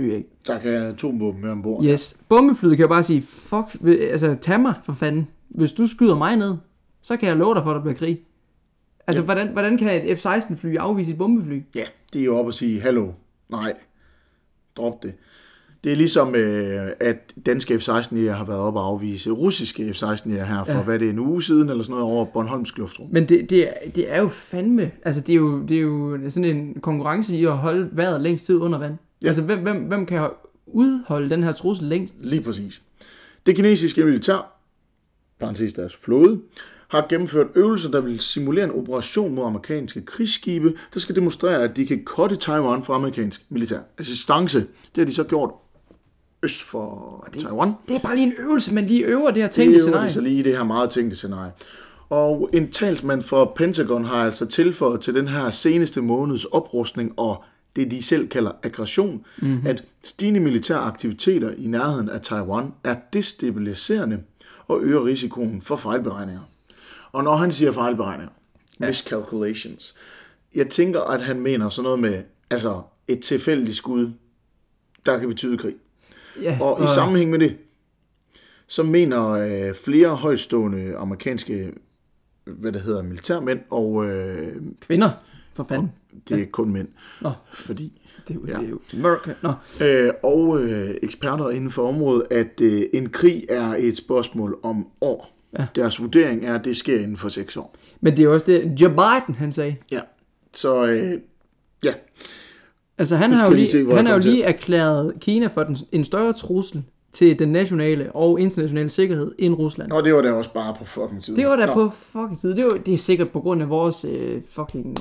Der kan atomvåben med ombord. Yes. Bombeflyet kan jo bare sige, fuck, altså tag mig for fanden. Hvis du skyder mig ned, så kan jeg love dig for, at der bliver krig. Altså, hvordan kan et F-16-fly afvise et bombefly? Ja, det er jo op at sige, hallo, nej, drop det. Det er ligesom, at danske F-16'er har været op at afvise russiske F-16'er her for, hvad det er, en uge siden, eller sådan noget over Bornholmsk Luftrum. Men det er jo fandme, altså det er jo sådan en konkurrence i at holde vejret længst tid under vand. Ja. Altså, hvem kan udholde den her trussel længst? Lige præcis. Det kinesiske militær, parentes deres flåde, har gennemført øvelser, der vil simulere en operation mod amerikanske krigsskibe, der skal demonstrere, at de kan cutte Taiwan fra amerikansk militær assistance. Det har de så gjort øst for Taiwan. Det er bare lige en øvelse, man lige øver det her tænkte scenarie. Det er så lige det her meget tænkte scenarie. Og en talsmand for Pentagon har altså tilføjet til den her seneste måneds oprustning og det de selv kalder aggression, at stigende militære aktiviteter i nærheden af Taiwan er destabiliserende og øger risikoen for fejlberegninger. Og når han siger fejlberegninger, miscalculations, jeg tænker, at han mener sådan noget med, altså et tilfældigt skud, der kan betyde krig. Ja, og i sammenhæng med det, så mener flere højtstående amerikanske, militærmænd og kvinder, for fanden. Det er kun mænd. Fordi det er jo mørke. Og eksperter inden for området, at en krig er et spørgsmål om år. Ja. Deres vurdering er, at det sker inden for 6 år. Men det er også det, Joe Biden, han sagde. Ja, så ja. Altså han har jo lige erklæret Kina for en større trussel til den nationale og internationale sikkerhed end Rusland. Og det var da også bare på fucking tid. Det var da på fucking tid. Det er sikkert på grund af vores fucking...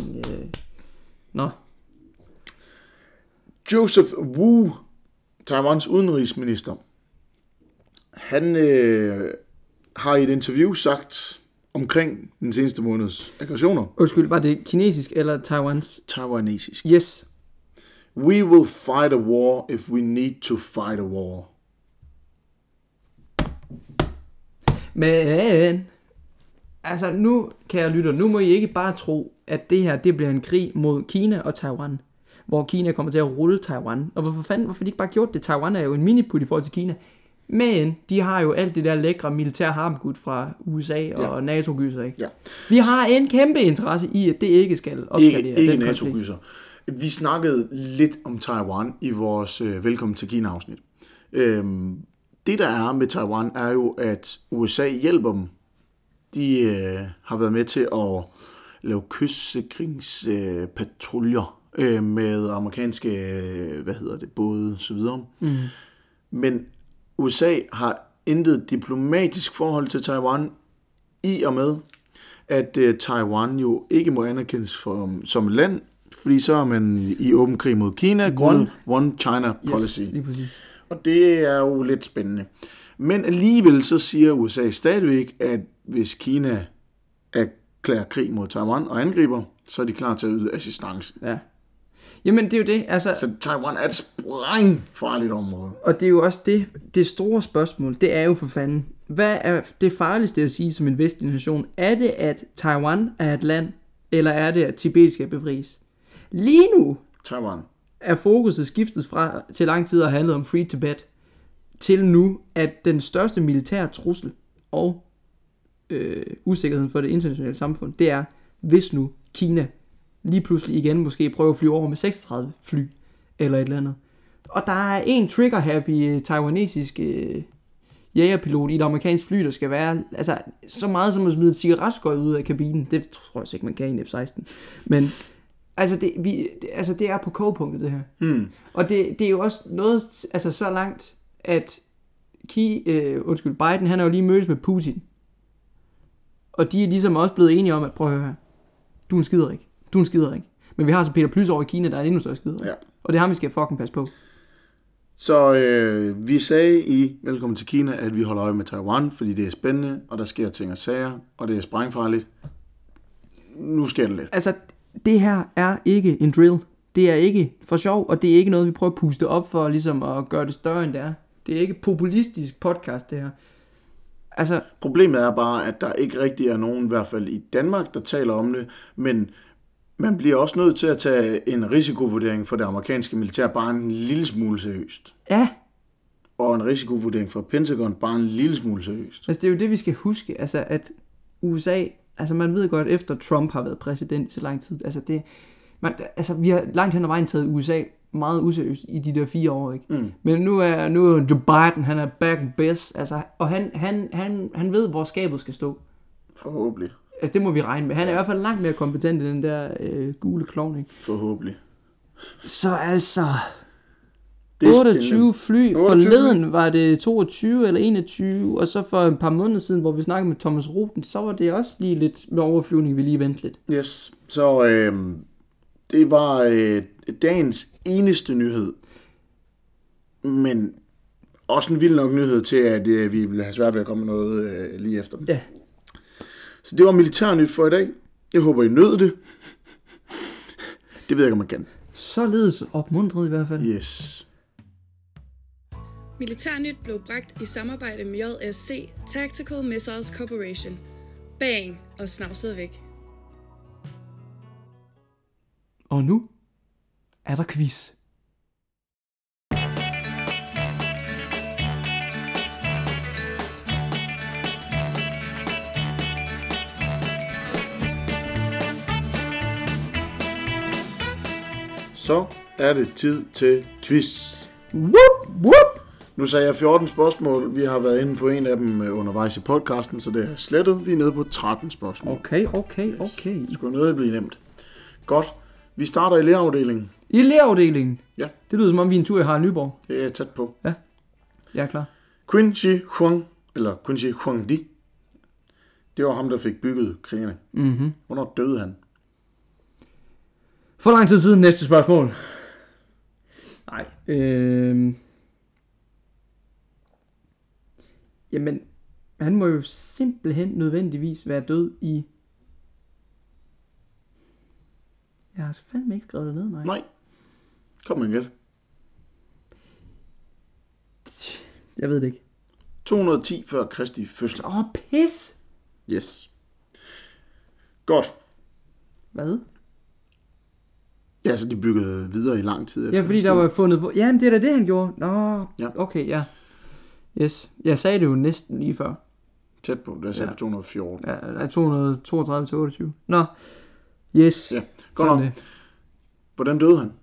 Joseph Wu, Taiwans udenrigsminister, han har i et interview sagt omkring den seneste måneds aggressioner. Undskyld, var det kinesisk eller Taiwans? Taiwanesisk. Yes. We will fight a war if we need to fight a war. Men altså nu, kære lytter, nu må I ikke bare tro, at det her det bliver en krig mod Kina og Taiwan, hvor Kina kommer til at rulle Taiwan. Og hvorfor de ikke bare gjort det? Taiwan er jo en miniput i forhold til Kina. Men de har jo alt det der lækre militær harmgud fra USA og NATO-gyser, ikke? Ja. Vi har en kæmpe interesse i, at det ikke skal opskalere. Ikke NATO-gyser. Vi snakkede lidt om Taiwan i vores Velkommen til Kina-afsnit. Det der er med Taiwan er jo, at USA hjælper dem. De har været med til at lave kystsikringspatruljer med amerikanske, både og så videre. Men USA har intet diplomatisk forhold til Taiwan, i og med, at Taiwan jo ikke må anerkendes som et land, fordi så er man i åben krig mod Kina, grundet One China Policy. Yes, og det er jo lidt spændende. Men alligevel så siger USA stadigvæk, at hvis Kina erklærer krig mod Taiwan og angriber, så er de klar til at yde assistance. Ja. Jamen det er jo det, altså... Så Taiwan er et sprængfarligt område. Og det er jo også det store spørgsmål, det er jo for fanden, hvad er det farligste at sige som en vestlig nation? Er det, at Taiwan er et land, eller er det, at Tibet skal befries? Lige nu Taiwan er fokuset skiftet fra til lang tid at handle om Free Tibet, til nu, at den største militære trussel og usikkerheden for det internationale samfund, det er, hvis nu Kina lige pludselig igen måske prøver at flyve over med 36 fly, eller et eller andet. Og der er en trigger-happy taiwanesisk jægerpilot i et amerikansk fly, der skal være altså, så meget som at smide et cigaretskøj ud af kabinen. Det tror jeg ikke, man kan i en F-16. Men altså, det er på kogepunktet, det her. Og det er jo også noget altså, så langt, at Biden, han har jo lige mødtes med Putin. Og de er ligesom også blevet enige om, at prøv at høre her. Du er en skiderik. Men vi har så Peter Plys over i Kina, der er endnu større skiderik. Ja. Og det har vi skal fucking passe på. Så vi sagde i Velkommen til Kina, at vi holder øje med Taiwan, fordi det er spændende, og der sker ting og sager, og det er sprængfarligt. Nu sker det lidt. Altså, det her er ikke en drill. Det er ikke for sjov, og det er ikke noget, vi prøver at puste op for ligesom at gøre det større, end det er. Det er ikke populistisk podcast, det her. Altså, problemet er bare, at der ikke rigtig er nogen, i hvert fald i Danmark, der taler om det, men Man bliver også nødt til at tage en risikovurdering for det amerikanske militær bare en lille smule seriøst. Ja, Og en risikovurdering for Pentagon bare en lille smule seriøst. altså det er jo det, vi skal huske, altså at USA, altså man ved godt, efter Trump har været præsident i så lang tid, altså vi har langt hen ad vejen taget USA meget useriøst i de der 4 år, ikke? Mm. Men nu er Joe Biden, han er back in biz, altså, og han ved, hvor skabet skal stå. Forhåbentlig. Altså det må vi regne med. Han er i hvert fald langt mere kompetent end den der gule klovn, ikke? Forhåbentlig. Så altså... Det er 28 spændende. fly. 28 Forleden var det 22 eller 21, og så for et par måneder siden, hvor vi snakkede med Thomas Roten, så var det også lige lidt med overflyvning, vi lige ventede lidt. Yes, så det var dagens eneste nyhed. Men også en vild nok nyhed til, at vi ville have svært ved at komme med noget lige efter den. Ja. Så det var militærnyt for i dag. Jeg håber, I nød det. Det ved jeg ikke, om man kan. Således opmuntret i hvert fald. Yes. Militærnyt blev bragt i samarbejde med JSC Tactical Missiles Corporation. Bang og snavset væk. Og nu er der quiz. Så er det tid til quiz. Whoop, whoop. Nu sagde jeg 14 spørgsmål. Vi har været inde på en af dem undervejs i podcasten, så det er slettet. Vi er nede på 13 spørgsmål. Okay. Det skulle noget blive nemt. Godt. Vi starter i lærerafdelingen. I lærerafdelingen. Ja. Det lyder som om vi er en tur i Harald Nyborg. Det er tæt på. Ja, jeg er klar. Qin Shi Huang, eller Qin Shi Huangdi, det var ham, der fik bygget krigene. Mhm. Hvornår døde han? For lang tid siden, næste spørgsmål. Nej. Jamen, han må jo simpelthen nødvendigvis være død i... Jeg har fandme ikke skrevet det ned, nej. Nej. Kom med gæt. Jeg ved det ikke. 210 før Kristi fødsel. Pis! Yes. Godt. Hvad? Ja, så de byggede videre i lang tid efter. Ja, fordi der var fundet på... Jamen, det er da det, han gjorde. Nå, Ja. okay, ja. Yes. Jeg sagde det jo næsten lige før. Tæt på, der sagde Ja. på 214. Ja, 232 til 28. Nå. Yes. Ja, godt nok. Sådan det. Hvordan døde han?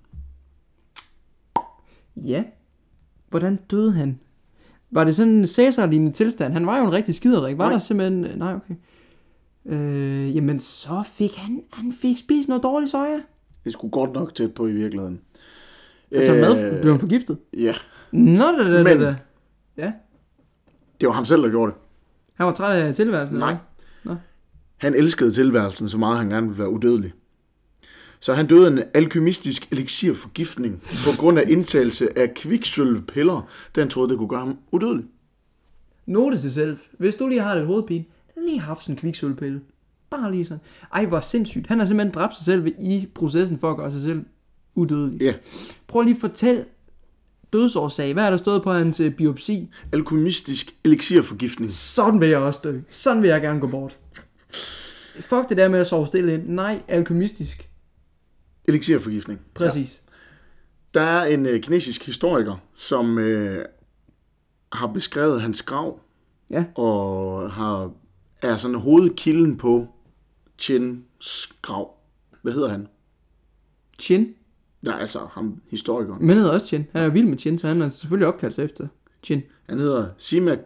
Ja. Hvordan døde han? Var det sådan en Cæsar-lignende tilstand? Han var jo en rigtig skiderik. Var Nej. der simpelthen... Nej, okay. Jamen, så fik han fik spist noget dårligt soja. Det skulle godt nok tæt på i virkeligheden. Altså, mad blev han forgiftet. Ja, Nå, Men- da. Ja. det var ham selv, der gjorde det. Han var træt af tilværelsen. Nej. eller hvad? Nå. Han elskede tilværelsen så meget, han gerne ville være udødelig. Så han døde af en alkymistisk elixirforgiftning på grund af indtagelse af kviksølvpiller, da han troede, det kunne gøre ham udødelig. Note til selv. Hvis du lige har lidt hovedpine, lige haft sådan en kviksølvpille. Bare lige sådan. Ej, hvor sindssygt. Han har simpelthen dræbt sig selv i processen for at gøre sig selv udødelig. Ja, Prøv lige at fortælle dødsårsag. Hvad er der stået på hans biopsi? alkymistisk elixirforgiftning. Sådan vil jeg også dø. Sådan vil jeg gerne gå bort. Fuck det der med at sove stille ind. Nej, alkymistisk. Elixirforgiftning. Præcis. Der er en kinesisk historiker, som har beskrevet hans grav, Ja. og er sådan hovedkilden på Chins grav. Hvad hedder han? Chin. Nej, altså ham, historikeren. Men hedder også Chin. Han er vild med Chin, så han er selvfølgelig opkaldt sig efter Chin. Han hedder Sima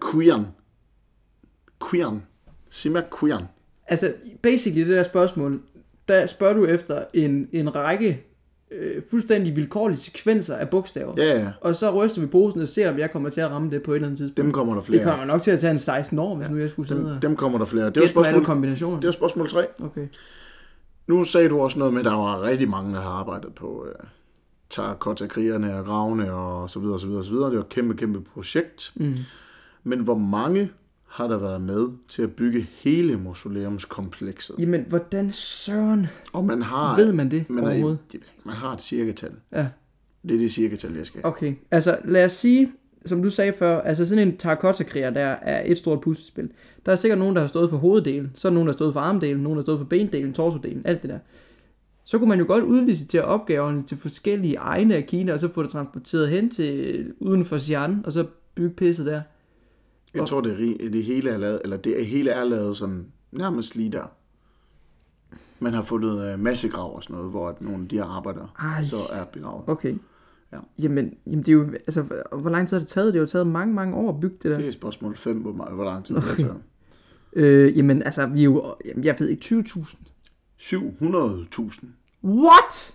Qian. Sima Qian. Altså, basically det der spørgsmål, der spørger du efter en række fuldstændig vilkårlige sekvenser af bogstaver. Ja. Og så ryster vi posen og ser, om jeg kommer til at ramme det på et eller andet tidspunkt. Dem kommer der flere. Det kommer nok til at tage en 16 år, hvis nu jeg skulle sidde og Dem kommer der flere. Det gætte på alle var kombinationer. det var spørgsmål 3. Okay. Nu sagde du også noget med, at der var rigtig mange, der havde arbejdet på terrakotta-krigerne og gravene og så videre, og så videre, og så videre. Det var et kæmpe projekt. Mm. Men hvor mange har der været med til at bygge hele mausoleumskomplekset? Jamen, hvordan søren Og man har... ved man det overhovedet? Man har et cirkatal. Ja, Det er det cirkatal, jeg skal have. okay. Altså, lad os sige, som du sagde før, altså sådan en terrakotta-kriger, der er et stort puslespil. Der er sikkert nogen, der har stået for hoveddelen, så er der nogen, der har stået for armdelen, nogen, der har stået for bendelen, torsodelen, alt det der. så kunne man jo godt udlicitere opgaverne til forskellige egne af Kina, og så få det transporteret hen til uden for Xi'an, og så bygge pisset der. Jeg tror, det hele er lavet, eller det hele er lavet sådan nærmest lige der. Man har fundet massegrav og sådan noget, hvor nogle af de her arbejdere så er begravet. Okay. Ja. Jamen, det er jo, altså, hvor lang tid har det taget? Det har jo taget mange, mange år at bygge det der. Det er spørgsmål 5, hvor lang tid det har taget. Jamen, altså, vi er jo, jeg ved ikke, 20.000. 700.000. What?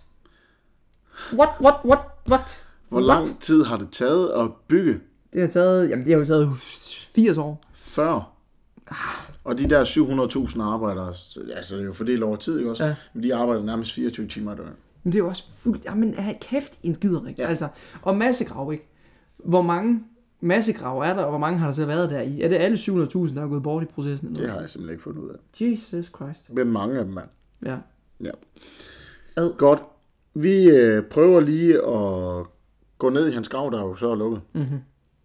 Hvor lang tid har det taget at bygge? Det har jo taget 80 år. 40. Og de der 700.000 arbejdere, altså det er jo fordelt over tid, ikke også? Ja. Men de arbejder nærmest 24 timer i døgnet. Men det er jo også fuldt, jamen kæft en skiderik. Ja. Altså, og massegrav, ikke? Hvor mange massegrav er der, og hvor mange har der så været der i? Er det alle 700.000, der er gået bort i processen? Eller? Det har jeg simpelthen ikke fundet ud af. Jesus Christ. Hvem mange af dem er. Ja. Godt. Vi prøver lige at gå ned i hans grav, der jo så er lukket. Mm-hmm.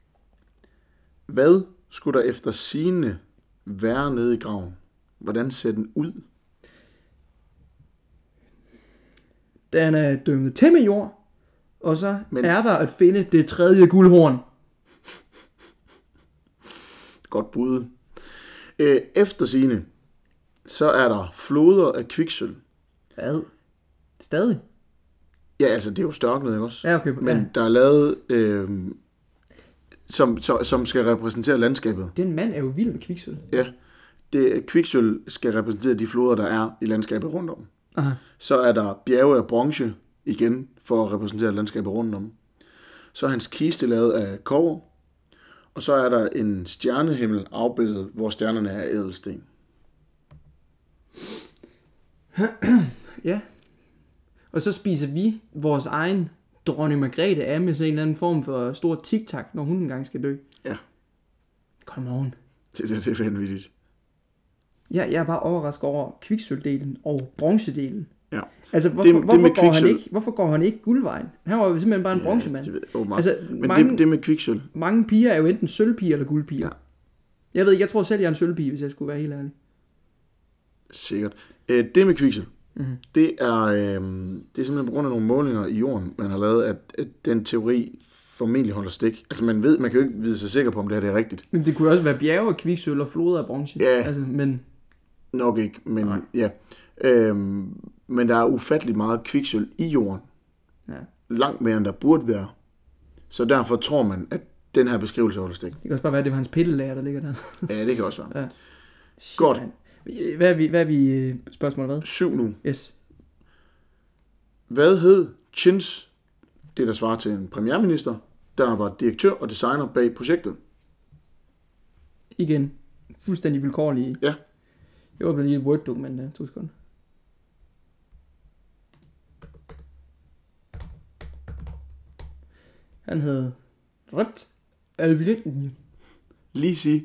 Hvad skulle der efter sigende være nede i graven? Hvordan ser den ud? Den er dynget til med jord, og så er der at finde det 3. guldhorn. Godt bud. Efter sigende, så er der floder af kviksølv. Hvad? Stadig? Ja, altså det er jo størknet, ikke også? Ja, okay. Men der er lavet, som skal repræsentere landskabet. Den mand er jo vild med kviksølv. Ja, kviksølv skal repræsentere de floder, der er i landskabet rundt om. Aha. Så er der bjerge af bronze, igen for at repræsentere landskabet rundt om. Så er hans kiste lavet af kobber. Og så er der en stjernehimmel afbildet, hvor stjernerne er ædelsten. Ja. Og så spiser vi vores egen dronning Margrethe af med sådan en eller anden form for stor tic-tac, når hun engang skal dø. Ja. Come on. Det er vanvittigt. Jeg er bare overrasket over kviksølvdelen og bronzedelen. Ja. Altså, hvorfor går han ikke guldvejen? Han var jo simpelthen bare en bronzemand. Altså, men det med kviksølv. Mange piger er jo enten sølvpiger eller guldpiger. Ja. Jeg tror selv, jeg er en sølvpige, hvis jeg skulle være helt ærlig. Sikkert. Det med kviksølv, det er simpelthen på grund af nogle målinger i jorden, man har lavet, at den teori formentlig holder stik. Altså man kan jo ikke vide sig sikker på, om det her det er rigtigt. Men det kunne også være bjerge af kviksølv og floder af bronze. Ja. Altså, men... Nok ikke, men nej. Ja. Men der er ufattelig meget kviksølv i jorden. Ja. Langt mere, end der burde være. Så derfor tror man, at den her beskrivelse holder stik. Det kan også bare være, at det var hans pillelager, der ligger der. Ja, det kan også være. Ja. Godt. Hvad er vi spørgsmålet hvad? 7 nu. Yes. Hvad hed Chins, det der svarer til en premierminister, der var direktør og designer bag projektet? Igen. Fuldstændig vilkårlige. Ja. Jeg åbner lige et Word-dokument der. 2 sekunder. Han hed Rødt Alvirken. Lisi.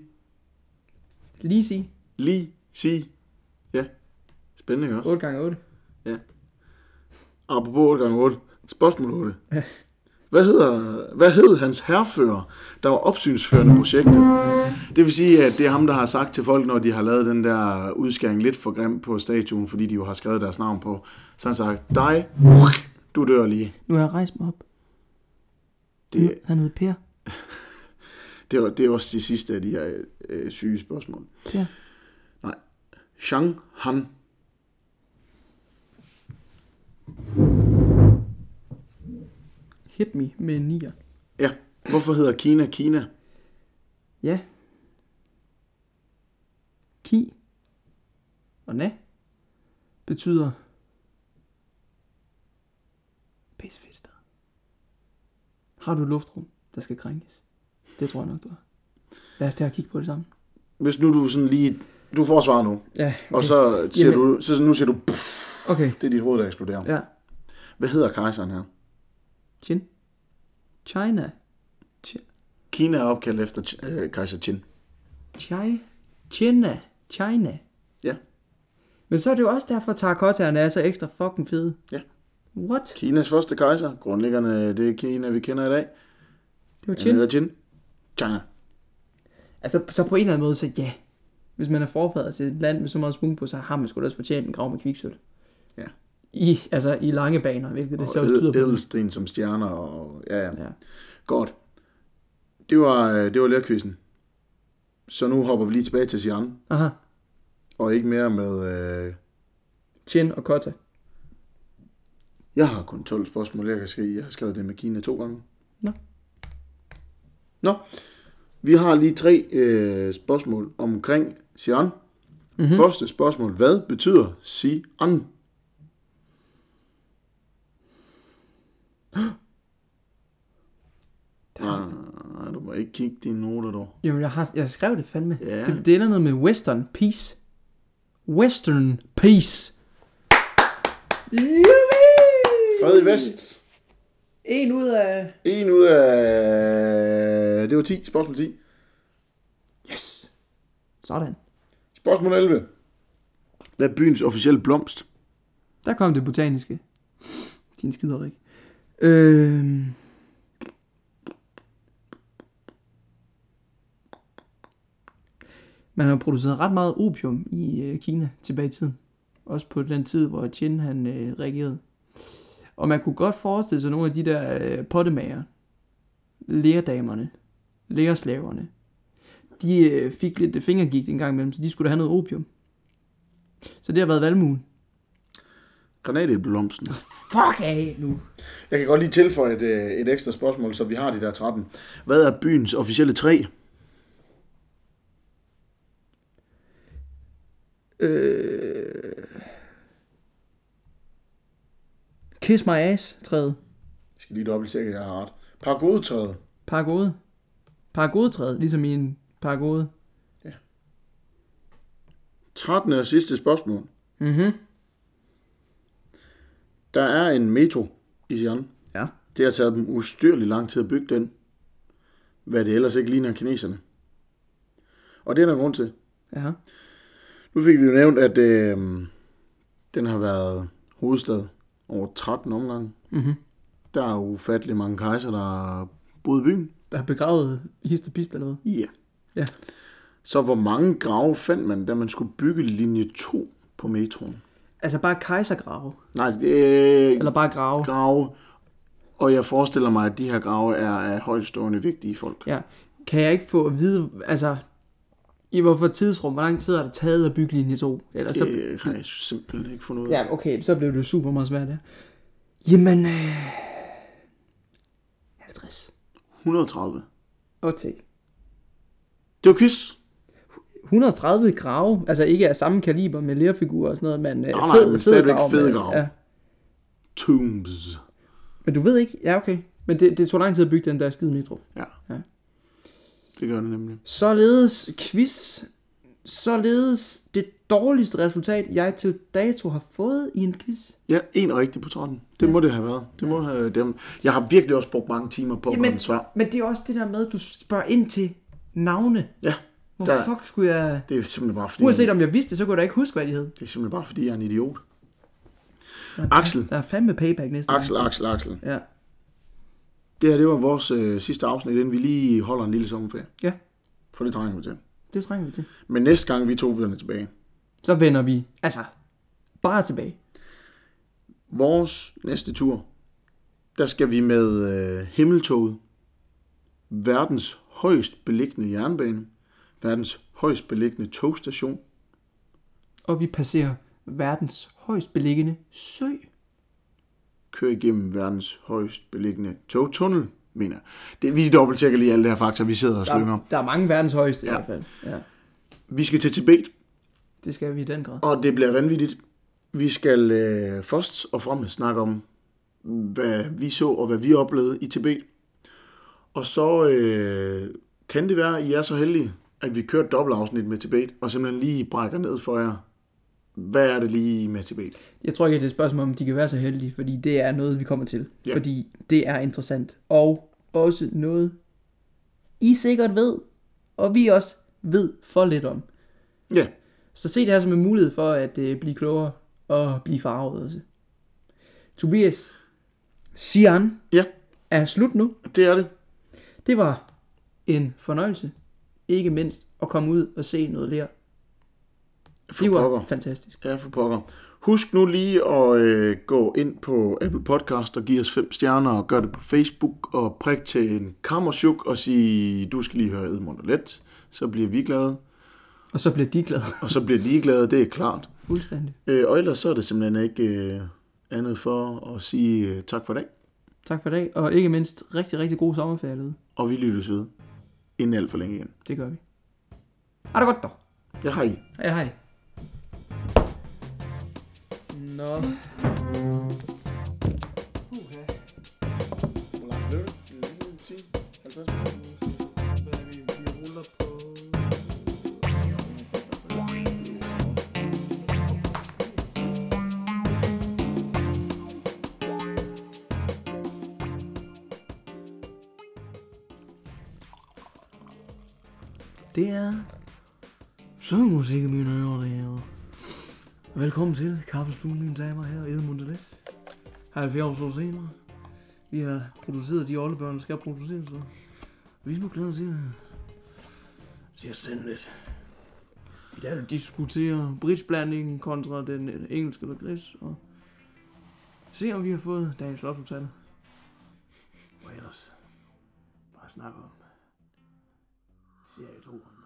Ja. Spændende, ikke også? 8x8. Ja. Apropos 8x8. Spørgsmål 8. Ja. Hvad hed hans hærfører, der var opsynsførende projektet? Det vil sige, at det er ham, der har sagt til folk, når de har lavet den der udskæring lidt for grim på statuen, fordi de jo har skrevet deres navn på. Så han sagt, dig, du dør lige. Nu har jeg rejst mig op. Han hed Per. Det er også de sidste af de her syge spørgsmål. Ja. Nej. Zhang Han. Hit me med en 9'er. Ja. Hvorfor hedder Kina Kina? Ja. Ki og na betyder pissefedt sted. Har du et luftrum, der skal krænkes? Det tror jeg nok, du har. Lad os tage og kigge på det sammen. Hvis nu du sådan lige... Du får svar nu. Ja. Okay. Og så siger nu siger du... Puff, okay. Det er dit hoved, der eksploderer. Ja. Hvad hedder kejseren her? Qin. China. Kina er opkaldt efter kejser Qin. China. Ja. Men så er det jo også derfor, at terrakottaerne er så ekstra fucking fede. Ja. What? Kinas første kejser. Grundlæggerne, det er Kina, vi kender i dag. Det var Qin. Han hedder Qin. China. Altså, så på en eller anden måde, så ja. Hvis man er forfader til et land med så meget svung på, så har man sgu da også fortjent en grav med kviksølv. Ja. I lange baner, hvilket det så Og tyder på. ædelsten som stjerner. Og, ja. Ja. Godt. Det var lærkvisten. Så nu hopper vi lige tilbage til Xi'an. Aha. Og ikke mere med... Chin og Kota. Jeg har kun 12 spørgsmål, jeg kan skrive. Jeg har skrevet det med Kina 2 gange. Nå. Vi har lige 3 spørgsmål omkring Xi'an. Mm-hmm. Første spørgsmål. Hvad betyder Xi'an? Du må ikke kigge dine noter dog. Jamen, jeg skrev det fandme. Ja. Det er noget med Western Peace. Western Peace. Fred i vest. En ud af... Det var 10. Spørgsmål 10. Yes. Sådan. Spørgsmål 11. Hvad er byens officielle blomst? Der kom det botaniske. Din skiderik. Man har produceret ret meget opium i Kina tilbage i tiden. Også på den tid, hvor Qin han regerede. Og man kunne godt forestille sig nogle af de der pottemager, læredamerne, læreslaverne, de fik lidt fingergigt en gang imellem, så de skulle da have noget opium. Så det har været valmuen. Granatæbleblomsten. Fuck af nu. Jeg kan godt lige tilføje et ekstra spørgsmål, så vi har de der 13. Hvad er byens officielle træ? Kiss my ass træet. Jeg skal lige dobbelttjekke, at jeg har ret. Pagodetræet. Paragodetræet, ligesom i en paragode. 13. og sidste spørgsmål. Mhm. Der er en metro i Xi'an. Ja. Det har taget dem ustyrligt lang tid at bygge den. Hvad det ellers ikke ligner kineserne. Og det er der grund til. Ja. Nu fik vi jo nævnt, at den har været hovedstad over 13 omgange. Mhm. Der er ufattelig mange kejser, der har boet i byen. Der er begravet hist og pist eller hvad? Ja. Ja. Så hvor mange grave fandt man, da man skulle bygge linje 2 på metroen? Altså bare kejsergrave. Nej, det er Eller bare grave. grave. Og jeg forestiller mig, at de her grave er af højtstående vigtige folk. Ja. Kan jeg ikke få at vide, altså, i hvorfor tidsrum, hvor lang tid har det taget at bygge linje 2? Eller så... Det har jeg simpelthen ikke fundet ud af. Ja, okay, så blev det super meget svært, ja. Jamen, 50. 130. Okay. Det var quiz. 130 grave, altså ikke af samme kaliber med lerfigurer og sådan noget, men Nej, men stadigvæk fede med- grave. Ja. Tombs. Men du ved ikke, ja okay, men det tog lang tid at bygge den der skide metro. Ja. Ja. Det gør det nemlig. Således quiz, således det dårligste resultat, jeg til dato har fået i en quiz. Ja, en rigtig på 13. Det må det have været. Det må have dem. Jeg har virkelig også brugt mange timer på at gøre den svar. Men det er også det der med, at du spørger ind til navne. Ja, Hvor der- fuck skulle jeg... det er simpelthen bare fordi, Uanset om jeg vidste det, så kunne jeg da ikke huske, hvad de hed. det er simpelthen bare fordi, jeg er en idiot. Axel. Der er fandme payback næste Axel. Ja. Det her, det var vores sidste afsnit, inden vi lige holder en lille sommerferie. Ja, For det trænger vi til. det trænger vi til. Men næste gang vi to vender tilbage. Så vender vi, altså, bare tilbage. Vores næste tur, der skal vi med Himmeltoget. Verdens højst beliggende jernbane. Verdens højst beliggende togstation. Og vi passerer verdens højst beliggende sø. Kører igennem verdens højst beliggende togtunnel, mener jeg. Vi dobbelttjekker lige alle det her fakta, vi sidder og slynger. Der er mange verdens højeste i Ja. hvert fald. Ja, Vi skal til Tibet, det skal vi i den grad. og det bliver vanvittigt. Vi skal først og fremmest snakke om, hvad vi så og hvad vi oplevede i Tibet. Og så kan det være, at I er så heldige, at vi kører et dobbeltafsnit med Tibet, og simpelthen lige brækker ned for jer. Hvad er det lige med Tibet? Jeg tror ikke, at det er et spørgsmål, om de kan være så heldige, fordi det er noget, vi kommer til. Ja. Fordi det er interessant. Og også noget, I sikkert ved, og vi også ved for lidt om. Ja, Så se det her som en mulighed for at blive klogere og blive farvet også. Tobias, Xi'an ja, er slut nu. det er det. Det var en fornøjelse, ikke mindst at komme ud og se noget ler. Det var fantastisk. Ja, for pokker. Husk nu lige at gå ind på Apple Podcast og give os 5 stjerner, og gør det på Facebook, og prik til en kammersjuk og sige, du skal lige høre Edmund og Let, så bliver vi glade. Og så bliver de glade. Og så bliver de glade, det er klart. Fuldstændig. Og ellers så er det simpelthen ikke andet for at sige tak for i dag. Tak for i dag, og ikke mindst rigtig, rigtig god sommerferie derude. Og vi lyttes ved inden alt for længe igen. Det gør vi. Ha' det godt dog. Ja, hej. Hej. Nå. Hvor langt blev det? 10? 50 minutter? Vi ruller på... Det er søvnmusik i mine ører, det her. Velkommen til Kaffestuen, mine damer her, Edmund og Let. 70 år senere. Vi har produceret de oldebørn, der skal produceres, så vi er nu klar til at sende lidt. I dag vil diskutere bridgeblandingen kontra den engelske lakrids, og se om vi har fået dagens lottotal. Og ellers bare snakke om serie 2.